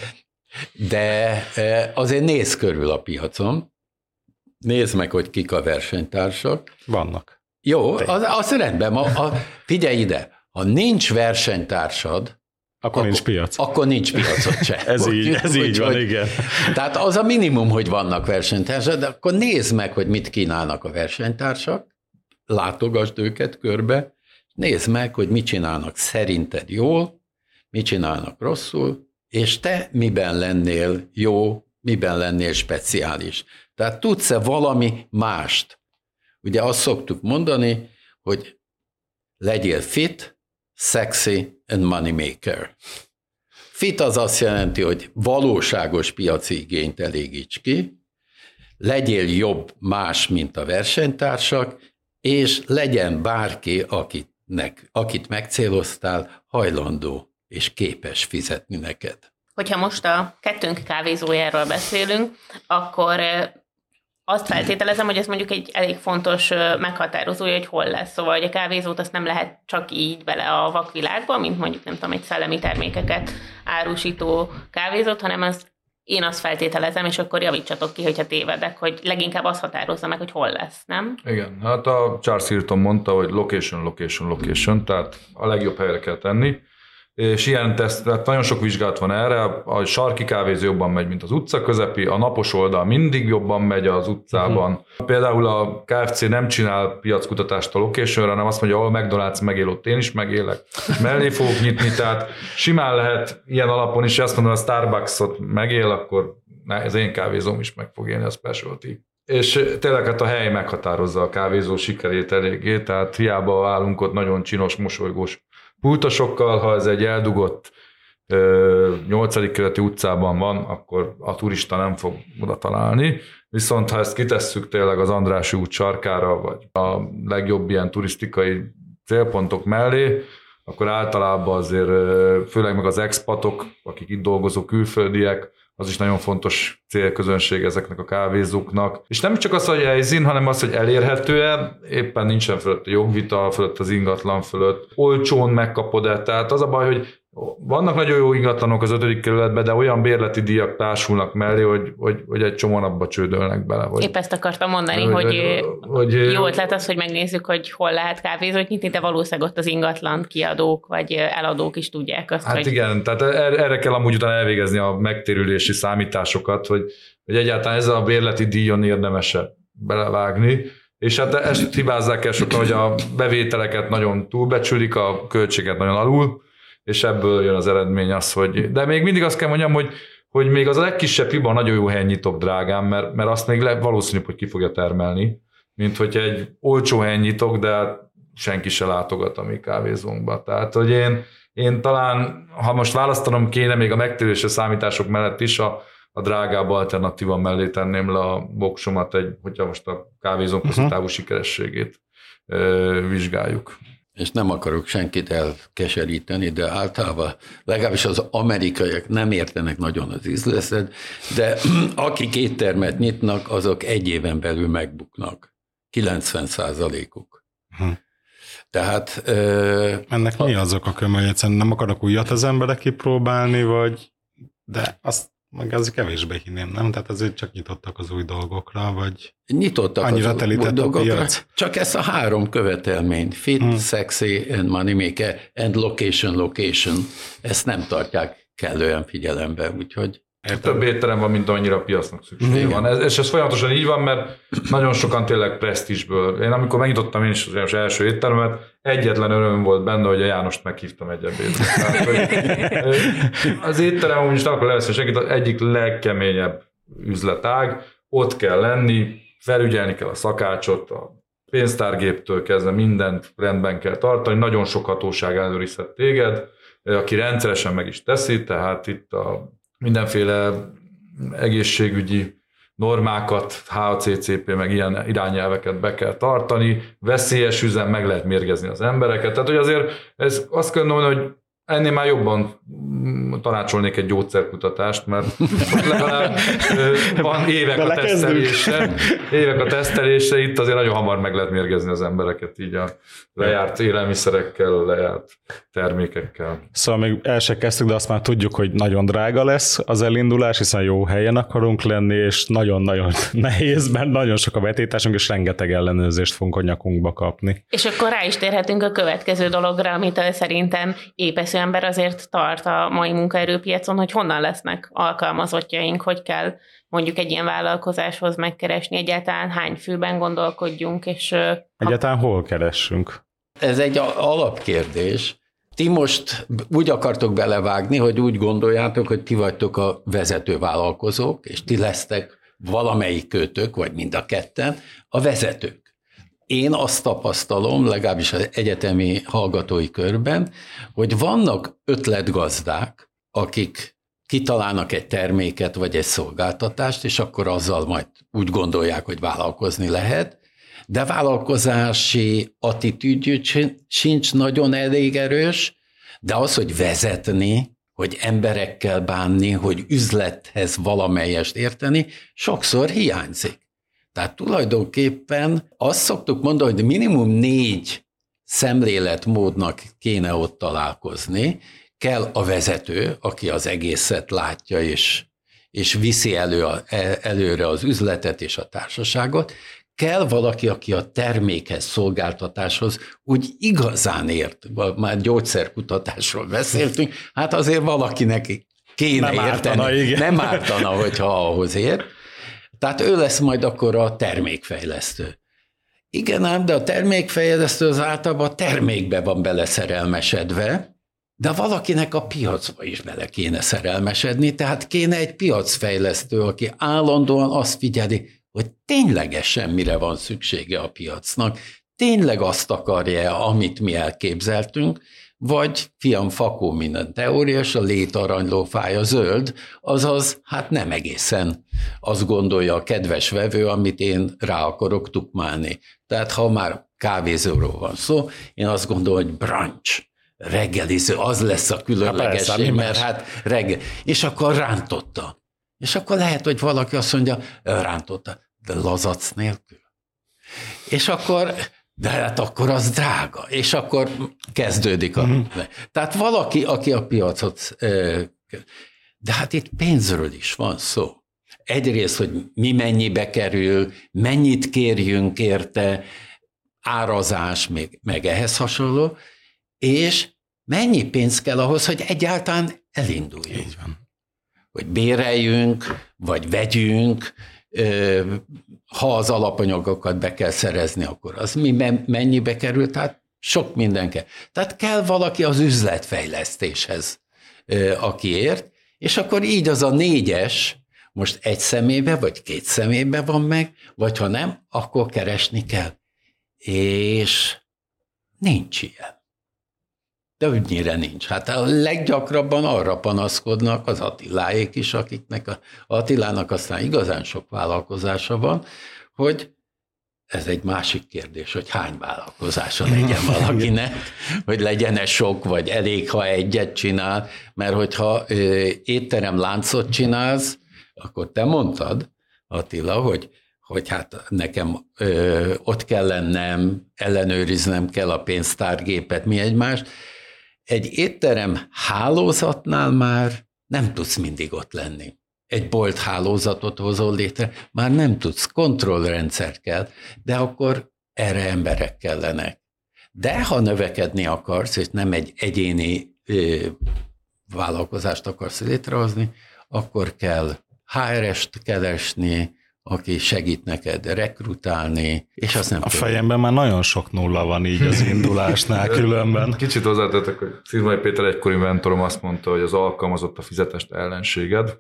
De azért nézz körül a piacon, nézd meg, hogy kik a versenytársak. Vannak. Jó, az rendben. Figyelj ide, ha nincs versenytársad, akkor nincs piac. Akkor nincs piacot se. Ez így van, igen. Tehát az a minimum, hogy vannak versenytársak, de akkor nézd meg, hogy mit kínálnak a versenytársak, látogasd őket körbe, nézd meg, hogy mit csinálnak szerinted jól, mit csinálnak rosszul, és te miben lennél jó, miben lennél speciális. Tehát tudsz-e valami mást? Ugye azt szoktuk mondani, hogy legyél fit, sexy and money maker. Fit az azt jelenti, hogy valóságos piaci igényt elégíts ki, legyél jobb más, mint a versenytársak, és legyen bárki, akit megcéloztál, hajlandó és képes fizetni neked. Hogyha most a kettőnk kávézójáról beszélünk, akkor azt feltételezem, hogy ez mondjuk egy elég fontos meghatározója, hogy hol lesz. Szóval, hogy a kávézót azt nem lehet csak így bele a vakvilágba, mint mondjuk nem tudom, egy szellemi termékeket árusító kávézót, hanem én azt feltételezem, és akkor javítsatok ki, hogyha tévedek, hogy leginkább azt határozza meg, hogy hol lesz, nem? Igen, hát a Charles Hilton mondta, hogy location, location, location, tehát a legjobb helyre kell tenni, és ilyen teszt, tehát nagyon sok vizsgálat van erre, a sarki kávézó jobban megy, mint az utca közepi, a napos oldal mindig jobban megy az utcában. Például a KFC nem csinál piackutatást a locationra, hanem azt mondja, ahol McDonald's megél, ott én is megélek, és mellé fogok nyitni, tehát simán lehet ilyen alapon is, azt mondom, a Starbucksot megél, akkor az én kávézóm is meg fog élni, a specialty. És tényleg hát a hely meghatározza a kávézó sikerét eléggé, tehát hiába állunk ott nagyon csinos, mosolygós pultosokkal, ha ez egy eldugott 8. kerületi utcában van, akkor a turista nem fog oda találni. Viszont ha ezt kitesszük tényleg az Andrássy út sarkára, vagy a legjobb ilyen turisztikai célpontok mellé, akkor általában azért főleg meg az expatok, akik itt dolgozó külföldiek, az is nagyon fontos célközönség ezeknek a kávézóknak. És nem csak az, hogy helyszín, hanem az, hogy elérhető-e, éppen nincsen fölött a jogvita, fölött az ingatlan fölött, olcsón megkapod-e. Tehát az a baj, hogy vannak nagyon jó ingatlanok az 5. kerületben, de olyan bérleti díjak társulnak mellé, hogy egy csomó napba csődölnek bele. Hogy, épp ezt akartam mondani, hogy jó ötlet az, hogy megnézzük, hogy hol lehet kávézót nyitni, de valószínűleg ott az ingatlan kiadók vagy eladók is tudják azt, hát hogy... igen, tehát erre kell amúgy utána elvégezni a megtérülési számításokat, hogy egyáltalán ezzel a bérleti díjon érdemes-e belevágni, és hát ezt hibázzák el sokan, hogy a bevételeket nagyon túlbecsülik, a költséget nagyon alul, és ebből jön az eredmény az, hogy... De még mindig azt kell mondjam, hogy még az a legkisebb hiba nagyon jó helyen nyitok, drágám, mert azt még valószínűbb, hogy ki fogja termelni, mint hogy egy olcsó helyen nyitok, de senki se látogat a mi kávézónkba. Tehát, hogy én talán, ha most választanom kéne, még a megtéréses számítások mellett is a drágább alternatíva mellé tenném le a voksomat, hogyha most a kávézónk hosszú távú sikerességét vizsgáljuk. És nem akarok senkit elkeseríteni, de általában legalábbis az amerikaiak nem értenek nagyon az üzletet, de akik éttermet nyitnak, azok egy éven belül megbuknak. 90%-uk. Tehát... Ennek mi az oka, hogy egyszerűen nem akarnak újat az emberek kipróbálni, vagy... De azt meg azért kevésbé hinném, nem? Tehát azért csak nyitottak az új dolgokra, vagy nyitottak annyira az új dolgokra, csak ezt a 3 követelményt, fit, sexy and money maker and location, ezt nem tartják kellően figyelembe, úgyhogy... Több étterem van, mint annyira a piacnak szükség van. És ez folyamatosan így van, mert nagyon sokan tényleg presztízsből. Én amikor megnyitottam én is az első éttermet, egyetlen öröm volt benne, hogy a Jánost meghívtam egy ebédre. Az étterem, amúgy is nem akar leveszni senkit, az egyik legkeményebb üzletág. Ott kell lenni, felügyelni kell a szakácsot, a pénztárgéptől kezdve mindent rendben kell tartani, nagyon sok hatóság ellenőrizhet téged, aki rendszeresen meg is teszi, tehát itt a mindenféle egészségügyi normákat, HACCP, meg ilyen irányelveket be kell tartani, veszélyes üzem, meg lehet mérgezni az embereket. Tehát, hogy azért azt kell mondani, hogy ennél már jobban tanácsolnék egy gyógyszerkutatást, mert legalább van évek a tesztelésre, itt azért nagyon hamar meg lehet mérgezni az embereket, így a lejárt élelmiszerekkel, lejárt termékekkel. Szóval még el se kezdtük, de azt már tudjuk, hogy nagyon drága lesz az elindulás, hiszen jó helyen akarunk lenni, és nagyon-nagyon nehéz, mert nagyon sok a vetításunk, és rengeteg ellenőrzést fogunk a nyakunkba kapni. És akkor rá is térhetünk a következő dologra, amit szerintem épesző ember azért tart a mai munkaerőpiacon, hogy honnan lesznek alkalmazottjaink, hogy kell mondjuk egy ilyen vállalkozáshoz megkeresni, egyáltalán hány főben gondolkodjunk, és... Egyáltalán hol keressünk? Ez egy alapkérdés. Ti most úgy akartok belevágni, hogy úgy gondoljátok, hogy ti vagytok a vezető vállalkozók, és ti lesztek valamelyik kötök, vagy mind a ketten, a vezetők. Én azt tapasztalom, legalábbis az egyetemi hallgatói körben, hogy vannak ötletgazdák, akik kitalálnak egy terméket vagy egy szolgáltatást, és akkor azzal majd úgy gondolják, hogy vállalkozni lehet, de vállalkozási attitűdjük sincs nagyon elég erős, de az, hogy vezetni, hogy emberekkel bánni, hogy üzlethez valamelyest érteni, sokszor hiányzik. Tehát tulajdonképpen azt szoktuk mondani, hogy minimum 4 szemléletmódnak kéne ott találkozni. Kell a vezető, aki az egészet látja és viszi előre az üzletet és a társaságot. Kell valaki, aki a termékhez, szolgáltatáshoz úgy igazán ért. Már gyógyszerkutatásról beszéltünk, hát azért valakinek kéne érteni. Nem ártana, hogyha ahhoz ért. Tehát ő lesz majd akkor a termékfejlesztő. Igen ám, de a termékfejlesztő az általában a termékbe van beleszerelmesedve, de valakinek a piacba is bele kéne szerelmesedni, tehát kéne egy piacfejlesztő, aki állandóan azt figyeli, hogy ténylegesen mire van szüksége a piacnak, tényleg azt akarja, amit mi elképzeltünk, vagy fiam fakó minden teória, és a létaranylófája zöld, azaz hát nem egészen azt gondolja a kedves vevő, amit én rá akarok tukmálni. Tehát ha már kávézóról van szó, én azt gondolom, hogy brunch, reggeliző, az lesz a különlegesség, mert hát reggel. És akkor rántotta. És akkor lehet, hogy valaki azt mondja, rántotta, de lazac nélkül. És akkor... De hát akkor az drága, és akkor kezdődik a... Tehát valaki, aki a piacot... De hát itt pénzről is van szó. Egyrészt, hogy mi mennyibe kerül, mennyit kérjünk érte, árazás, meg ehhez hasonló, és mennyi pénz kell ahhoz, hogy egyáltalán elinduljunk. Így van. Hogy béreljünk, vagy vegyünk, ha az alapanyagokat be kell szerezni, akkor az mennyibe kerül, tehát sok minden kell. Tehát kell valaki az üzletfejlesztéshez, aki ért, és akkor így az a 4-es, most egy személybe, vagy 2 személybe van meg, vagy ha nem, akkor keresni kell. És Nincs ilyen. De ügynyire nincs. Hát a leggyakrabban arra panaszkodnak az Attiláék is, akiknek Attilának aztán igazán sok vállalkozása van, hogy ez egy másik kérdés, hogy hány vállalkozása legyen valakinek, hogy legyen-e sok, vagy elég, ha egyet csinál, mert hogyha étterem láncot csinálsz, akkor te mondtad, Attila, hogy hát nekem ott kell lennem, ellenőriznem kell a pénztárgépet, mi egymást. Egy étterem hálózatnál már nem tudsz mindig ott lenni. Egy bolt hálózatot hozol létre, már nem tudsz, kontrollrendszer kell, de akkor erre emberek kellenek. De ha növekedni akarsz, és nem egy egyéni vállalkozást akarsz létrehozni, akkor kell HR-est keresni, aki segít neked rekrutálni, és azt nem a fejemben már nagyon sok nulla van így az indulásnál különben. Kicsit hozzátettek, hogy Szirmai Péter egykori mentorom azt mondta, hogy az alkalmazott a fizetest ellenséged.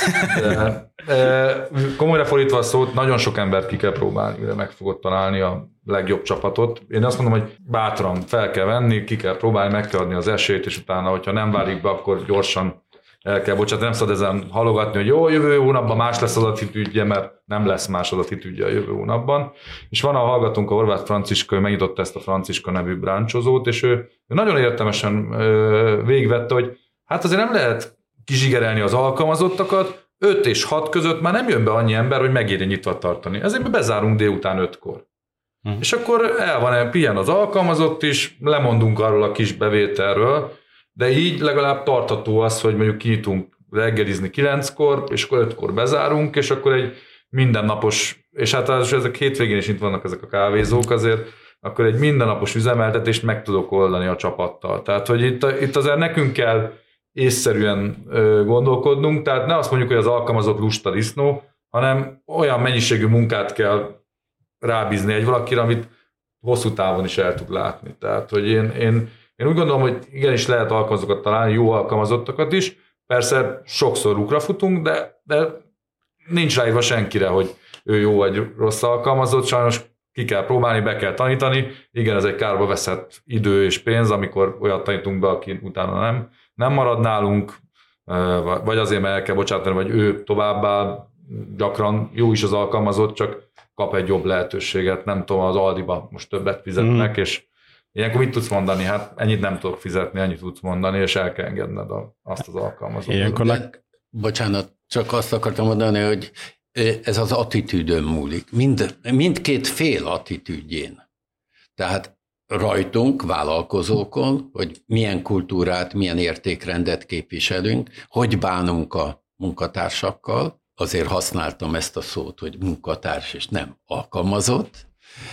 Komolyra fordítva a szót, nagyon sok embert ki kell próbálni, mire meg fogod találni a legjobb csapatot. Én azt mondom, hogy bátran fel kell venni, ki kell próbálni, meg kell adni az esélyt, és utána, hogyha nem válik be, akkor gyorsan el kell bocsátani, nem szabad ezen halogatni, hogy jó, jövő hónapban más lesz az attitűdje, mert nem lesz más az attitűdje a jövő hónapban. És van a hallgatónk, a Horváth Franciska, ő megnyitotta ezt a Franciska nevű bráncsozót, és ő nagyon értelmesen végigvette, hogy hát azért nem lehet kizsigerelni az alkalmazottakat, 5 és 6 között már nem jön be annyi ember, hogy megéri nyitva tartani. Ezért mi bezárunk délután 5-kor. És akkor pihen az alkalmazott is, lemondunk arról a kis bevételről, de így legalább tartható az, hogy mondjuk kinyitunk reggelizni 9-kor, és akkor 5-kor bezárunk, és akkor egy mindennapos, és hát ezek hétvégén is itt vannak ezek a kávézók azért, akkor egy mindennapos üzemeltetést meg tudok oldani a csapattal. Tehát, hogy itt azért nekünk kell észszerűen gondolkodnunk, tehát ne azt mondjuk, hogy az alkalmazott lusta disznó, hanem olyan mennyiségű munkát kell rábízni egy valakire, amit hosszú távon is el tud látni. Tehát, hogy én úgy gondolom, hogy igenis lehet alkalmazókat találni, jó alkalmazottakat is, persze sokszor lukra futunk, de nincs ráírva senkire, hogy ő jó vagy rossz alkalmazott, sajnos ki kell próbálni, be kell tanítani. Igen, ez egy kárba veszett idő és pénz, amikor olyat tanítunk be, aki utána nem marad nálunk, vagy azért, mert el kell bocsátani, vagy ő továbbá gyakran jó is az alkalmazott, csak kap egy jobb lehetőséget. Nem tudom, az Aldiba most többet fizetnek, és ilyenkor mit tudsz mondani? Hát ennyit nem tudok fizetni, ennyit tudsz mondani, és el kell engedned azt az alkalmazottat. Bocsánat, csak azt akartam mondani, hogy ez az attitűdön múlik. Mindkét fél attitűdjén. Tehát rajtunk, vállalkozókon, hogy milyen kultúrát, milyen értékrendet képviselünk, hogy bánunk a munkatársakkal. Azért használtam ezt a szót, hogy munkatárs és nem alkalmazott.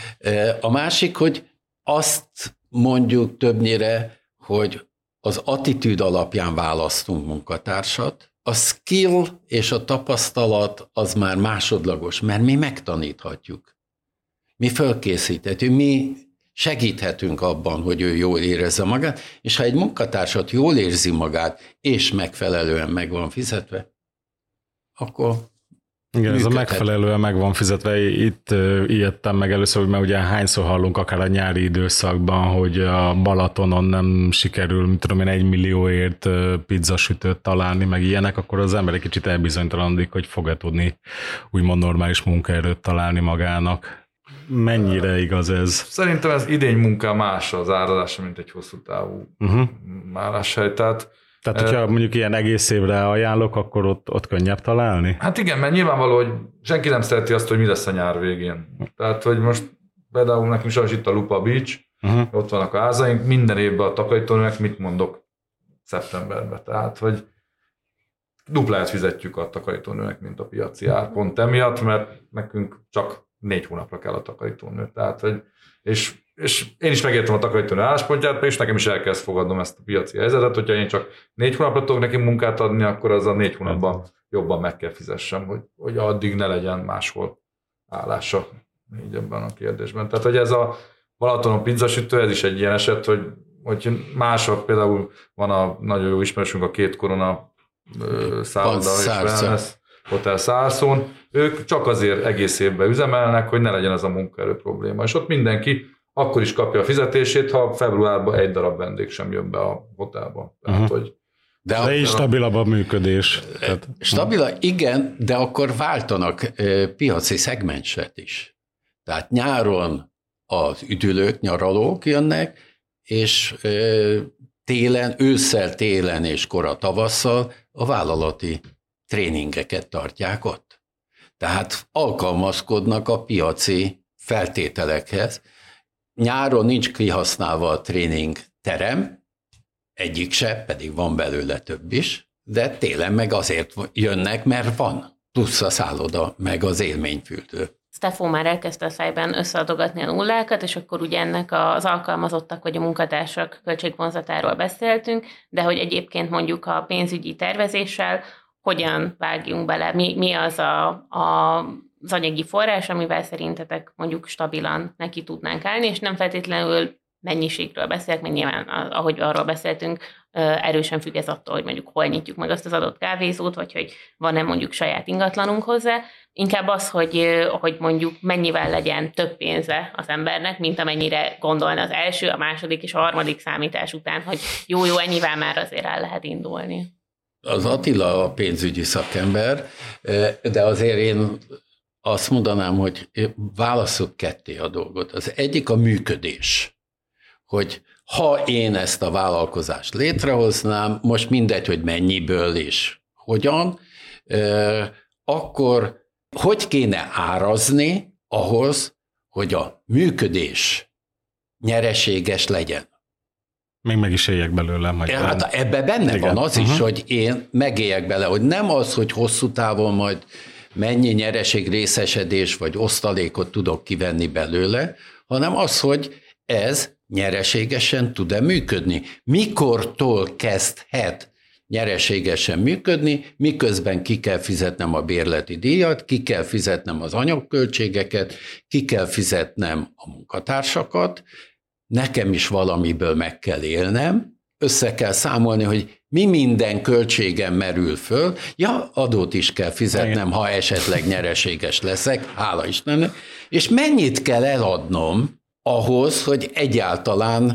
A másik, hogy azt mondjuk többnyire, hogy az attitűd alapján választunk munkatársat, a skill és a tapasztalat az már másodlagos, mert mi megtaníthatjuk. Mi fölkészíthetünk, mi segíthetünk abban, hogy ő jól érezze magát, és ha egy munkatársat jól érzi magát, és megfelelően meg van fizetve, akkor igen, ez a megfelelően meg van fizetve. Itt ijedtem meg először, mert ugye hányszor hallunk akár a nyári időszakban, hogy a Balatonon nem sikerül, mit tudom én, 1 millióért pizzasütőt találni, meg ilyenek, akkor az ember egy kicsit elbizonytalanodik, hogy fog-e tudni úgymond normális munkaerőt találni magának. Mennyire igaz ez? Szerintem ez idény munka más az árazása, mint egy hosszú távú álláshely. Tehát, hogyha mondjuk ilyen egész évre ajánlok, akkor ott könnyebb találni? Hát igen, mert nyilvánvaló, hogy senki nem szereti azt, hogy mi lesz a nyár végén. Tehát, hogy most például nekünk sajnos itt a Lupa Beach, ott vannak a házaink, minden évben a takarítónőnek mit mondok szeptemberben. Tehát, hogy dupláját fizetjük a takarítónőnek, mint a piaci ár. Pont emiatt, mert nekünk csak 4 hónapra kell a takarítónő. Tehát, hogy, és én is megértem a takarítónő álláspontját, és nekem is el kell fogadnom ezt a piaci helyzetet, hogyha én csak 4 hónapra tudok neki munkát adni, akkor az a 4 hónapban jobban meg kell fizessem, hogy addig ne legyen máshol állása így ebben a kérdésben. Tehát, hogy ez a Balatonon pizzasütő, ez is egy ilyen eset, hogy mások, például van a nagyon jó ismerősünk, a 2 Korona szálloda és wellness Hotel Szárszón, ők csak azért egész évben üzemelnek, hogy ne legyen ez a munkaerő probléma. És ott mindenki akkor is kapja a fizetését, ha februárban egy darab vendég sem jön be a hotelba. Tehát, hogy de így stabilabb a működés. Stabilabb, igen, de akkor váltanak piaci szegmenset is. Tehát nyáron az üdülők, nyaralók jönnek, és télen, ősszel, télen és kora tavasszal a vállalati tréningeket tartják ott. Tehát alkalmazkodnak a piaci feltételekhez. Nyáron nincs kihasználva a tréning terem, egyik se, pedig van belőle több is, de télen meg azért jönnek, mert van plusz a szálloda, meg az élményfürdő. Steffo már elkezdte a szájban összeadogatni a nullákat, és akkor ugye ennek az alkalmazottak vagy a munkatársak költségvonzatáról beszéltünk, de hogy egyébként mondjuk a pénzügyi tervezéssel hogyan vágjunk bele, mi az az anyagi forrás, amivel szerintetek mondjuk stabilan neki tudnánk állni, és nem feltétlenül mennyiségről beszélek, mert nyilván, ahogy arról beszéltünk, erősen függ ez attól, hogy mondjuk hol nyitjuk meg azt az adott kávézót, vagy hogy van-e mondjuk saját ingatlanunk hozzá. Inkább az, hogy mondjuk mennyivel legyen több pénze az embernek, mint amennyire gondolna az első, a második és a harmadik számítás után, hogy jó, ennyivel már azért el lehet indulni. Az Attila a pénzügyi szakember, de azért én azt mondanám, hogy válasszuk ketté a dolgot. Az egyik a működés, hogy ha én ezt a vállalkozást létrehoznám, most mindegy, hogy mennyiből és hogyan, akkor hogy kéne árazni ahhoz, hogy a működés nyereséges legyen. Még meg is éljek belőle. Hát ebben benne van az is, hogy én megéljek bele, hogy nem az, hogy hosszú távon majd mennyi nyereség részesedés vagy osztalékot tudok kivenni belőle, hanem az, hogy ez nyereségesen tud-e működni. Mikortól kezdhet nyereségesen működni, miközben ki kell fizetnem a bérleti díjat, ki kell fizetnem az anyagköltségeket, ki kell fizetnem a munkatársakat, nekem is valamiből meg kell élnem, össze kell számolni, hogy mi minden költségem merül föl, adót is kell fizetnem, ha esetleg nyereséges leszek, hála Istennek, és mennyit kell eladnom ahhoz, hogy egyáltalán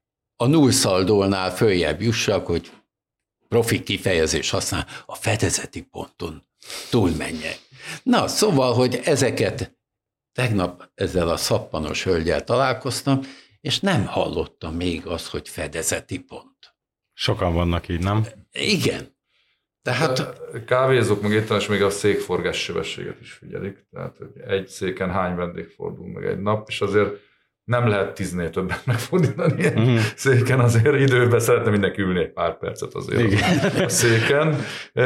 a nullszaldónál följebb jussak, hogy profi kifejezés használ, a fedezeti ponton túlmenjek. Na, szóval, hogy ezeket tegnap ezzel a szappanos hölgyel találkoztam, és nem hallottam még azt, hogy fedezeti pont. Sokan vannak így, nem? Igen. Tehát... Kávézók meg éttermes még a székforgás sebességet is figyelik. Tehát egy széken hány vendég fordul meg egy nap, és azért nem lehet 10-nél többet megfordítani egy széken, azért időben szeretne mindenki ülni egy pár percet azért a széken.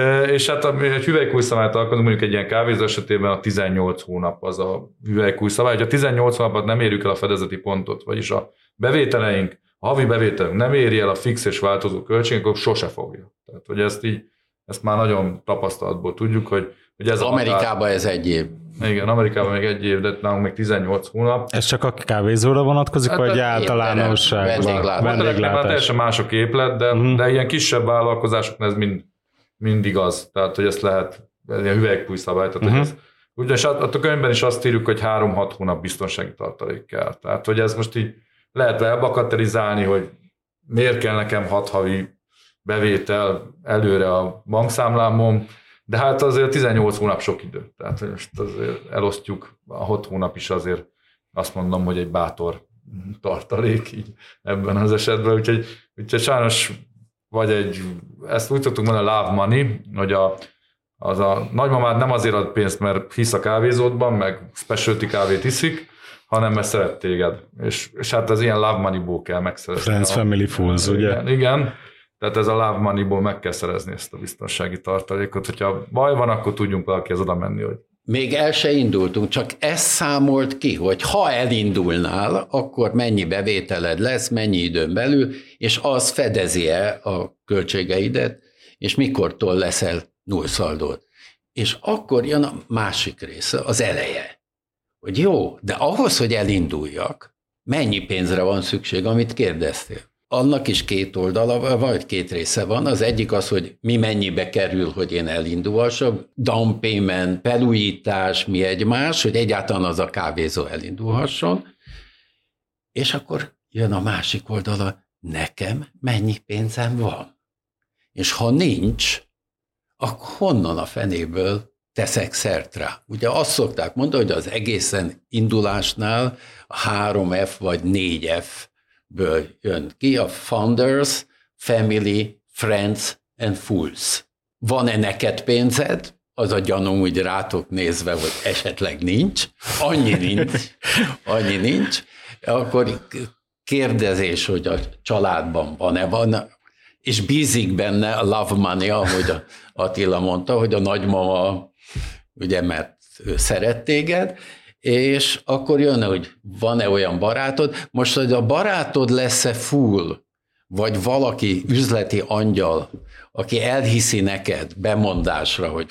És hát egy hüvelykújszabályt alkalmazunk, mondjuk egy ilyen kávézó esetében a 18 hónap az a hüvelykújszabály. Ha 18 hónapot nem érjük el a fedezeti pontot, vagyis a bevételeink, a havi bevételünk nem éri el a fix és változó költségek, akkor sose fogja. Tehát, hogy ezt már nagyon tapasztalatból tudjuk, hogy ez Amerikában ez egy év. Igen, Amerikában még egy év, de nálunk még 18 hónap. Ez csak a kávézóra vonatkozik, hát, vagy általánosság? Vendéglátás. Teljesen más a képlet, de ilyen kisebb vállalkozásoknál ez mind igaz. Tehát, hogy ezt lehet, ilyen hüvelykújszabály. Ugyanis a könyvben is azt írjuk, hogy 3-6 hónap biztonsági tartalék kell. Tehát, hogy ez most így lehet elbakatelizálni, hogy miért kell nekem 6 havi bevétel előre a bankszámlámon, de hát azért 18 hónap sok idő. Tehát most azért elosztjuk, a 6 hónap is azért azt mondom, hogy egy bátor tartalék így ebben az esetben. Úgyhogy sajnos ezt úgy szoktuk mondani, a love money, hogy az a nagymamád nem azért ad pénzt, mert hisz a kávézódban, meg specialty kávét iszik, hanem mert szeret téged. És hát az ilyen love money-ból kell megszerezni. Friends, family, fools, ugye? Igen. Tehát ez a love money-ból meg kell szerezni ezt a biztonsági tartalékot. Hogyha baj van, akkor tudjunk valakihez oda menni, hogy... Még el se indultunk, csak ezt számolt ki, hogy ha elindulnál, akkor mennyi bevételed lesz, mennyi időn belül, és az fedezi-e a költségeidet, és mikortól leszel nullszaldót. És akkor jön a másik része, az eleje. Hogy jó, de ahhoz, hogy elinduljak, mennyi pénzre van szükség, amit kérdeztél? Annak is két oldala, vagy két része van. Az egyik az, hogy mi mennyibe kerül, hogy én elindulhassak, down payment, felújítás, mi egymás, hogy egyáltalán az a kávézó elindulhasson. És akkor jön a másik oldala, nekem mennyi pénzem van? És ha nincs, akkor honnan a fenéből teszek szert rá? Ugye azt szokták mondani, hogy az egészen indulásnál a 3F vagy 4F-ből jön ki, a Founders, Family, Friends and Fools. Van-e neked pénzed? Az a gyanúm úgy rátok nézve, hogy esetleg nincs. Annyi nincs. Akkor kérdezés, hogy a családban van, és bízik benne a love money, ahogy Attila mondta, hogy a nagymama, ugye, mert ő szeret téged, és akkor jön, hogy van-e olyan barátod. Most, hogy a barátod lesz-e full, vagy valaki üzleti angyal, aki elhiszi neked bemondásra, hogy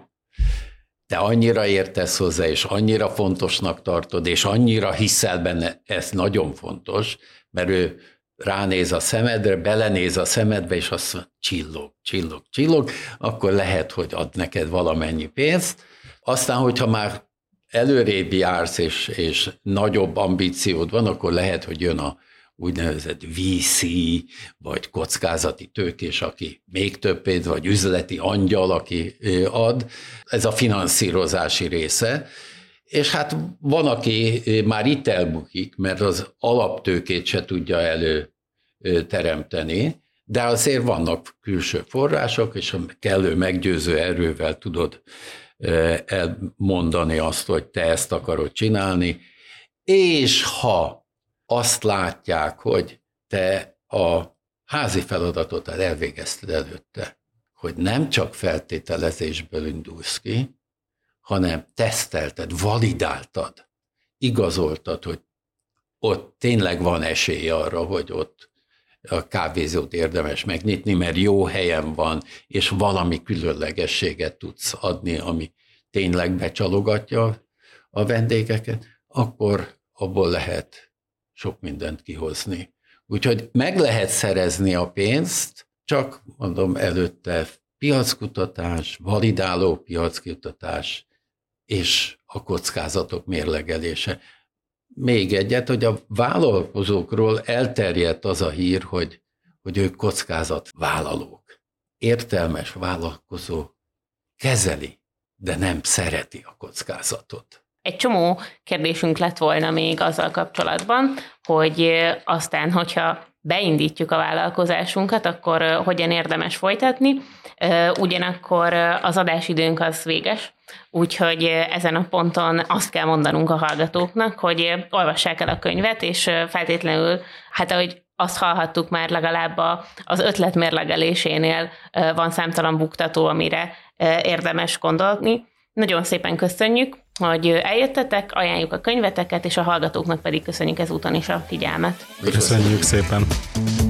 te annyira értesz hozzá, és annyira fontosnak tartod, és annyira hiszel benne, ez nagyon fontos, mert ő ránéz a szemedre, belenéz a szemedbe, és azt mondja, csillog, akkor lehet, hogy ad neked valamennyi pénzt. Aztán, hogyha már előrébb jársz, és nagyobb ambíciód van, akkor lehet, hogy jön a úgynevezett VC, vagy kockázati tőkés, aki még több pénz, vagy üzleti angyal, aki ad. Ez a finanszírozási része. És hát van, aki már itt elbukik, mert az alaptőkét se tudja előteremteni, de azért vannak külső források, és a kellő meggyőző erővel tudod elmondani azt, hogy te ezt akarod csinálni, és ha azt látják, hogy te a házi feladatot elvégezted előtte, hogy nem csak feltételezésből indulsz ki, hanem tesztelted, validáltad, igazoltad, hogy ott tényleg van esély arra, hogy ott a kávézót érdemes megnyitni, mert jó helyen van, és valami különlegességet tudsz adni, ami tényleg becsalogatja a vendégeket, akkor abból lehet sok mindent kihozni. Úgyhogy meg lehet szerezni a pénzt, csak mondom előtte piackutatás, validáló piackutatás és a kockázatok mérlegelése. Még egyet, hogy a vállalkozókról elterjedt az a hír, hogy ők kockázatvállalók. Értelmes vállalkozó kezeli, de nem szereti a kockázatot. Egy csomó kérdésünk lett volna még azzal kapcsolatban, hogy aztán, hogyha beindítjuk a vállalkozásunkat, akkor hogyan érdemes folytatni. Ugyanakkor az adásidőnk az véges, úgyhogy ezen a ponton azt kell mondanunk a hallgatóknak, hogy olvassák el a könyvet, és feltétlenül, hát ahogy azt hallhattuk már, legalább az ötlet mérlegelésénél van számtalan buktató, amire érdemes gondolni. Nagyon szépen köszönjük, hogy eljöttetek, ajánljuk a könyveteket, és a hallgatóknak pedig köszönjük ezúton is a figyelmet. Köszönjük szépen!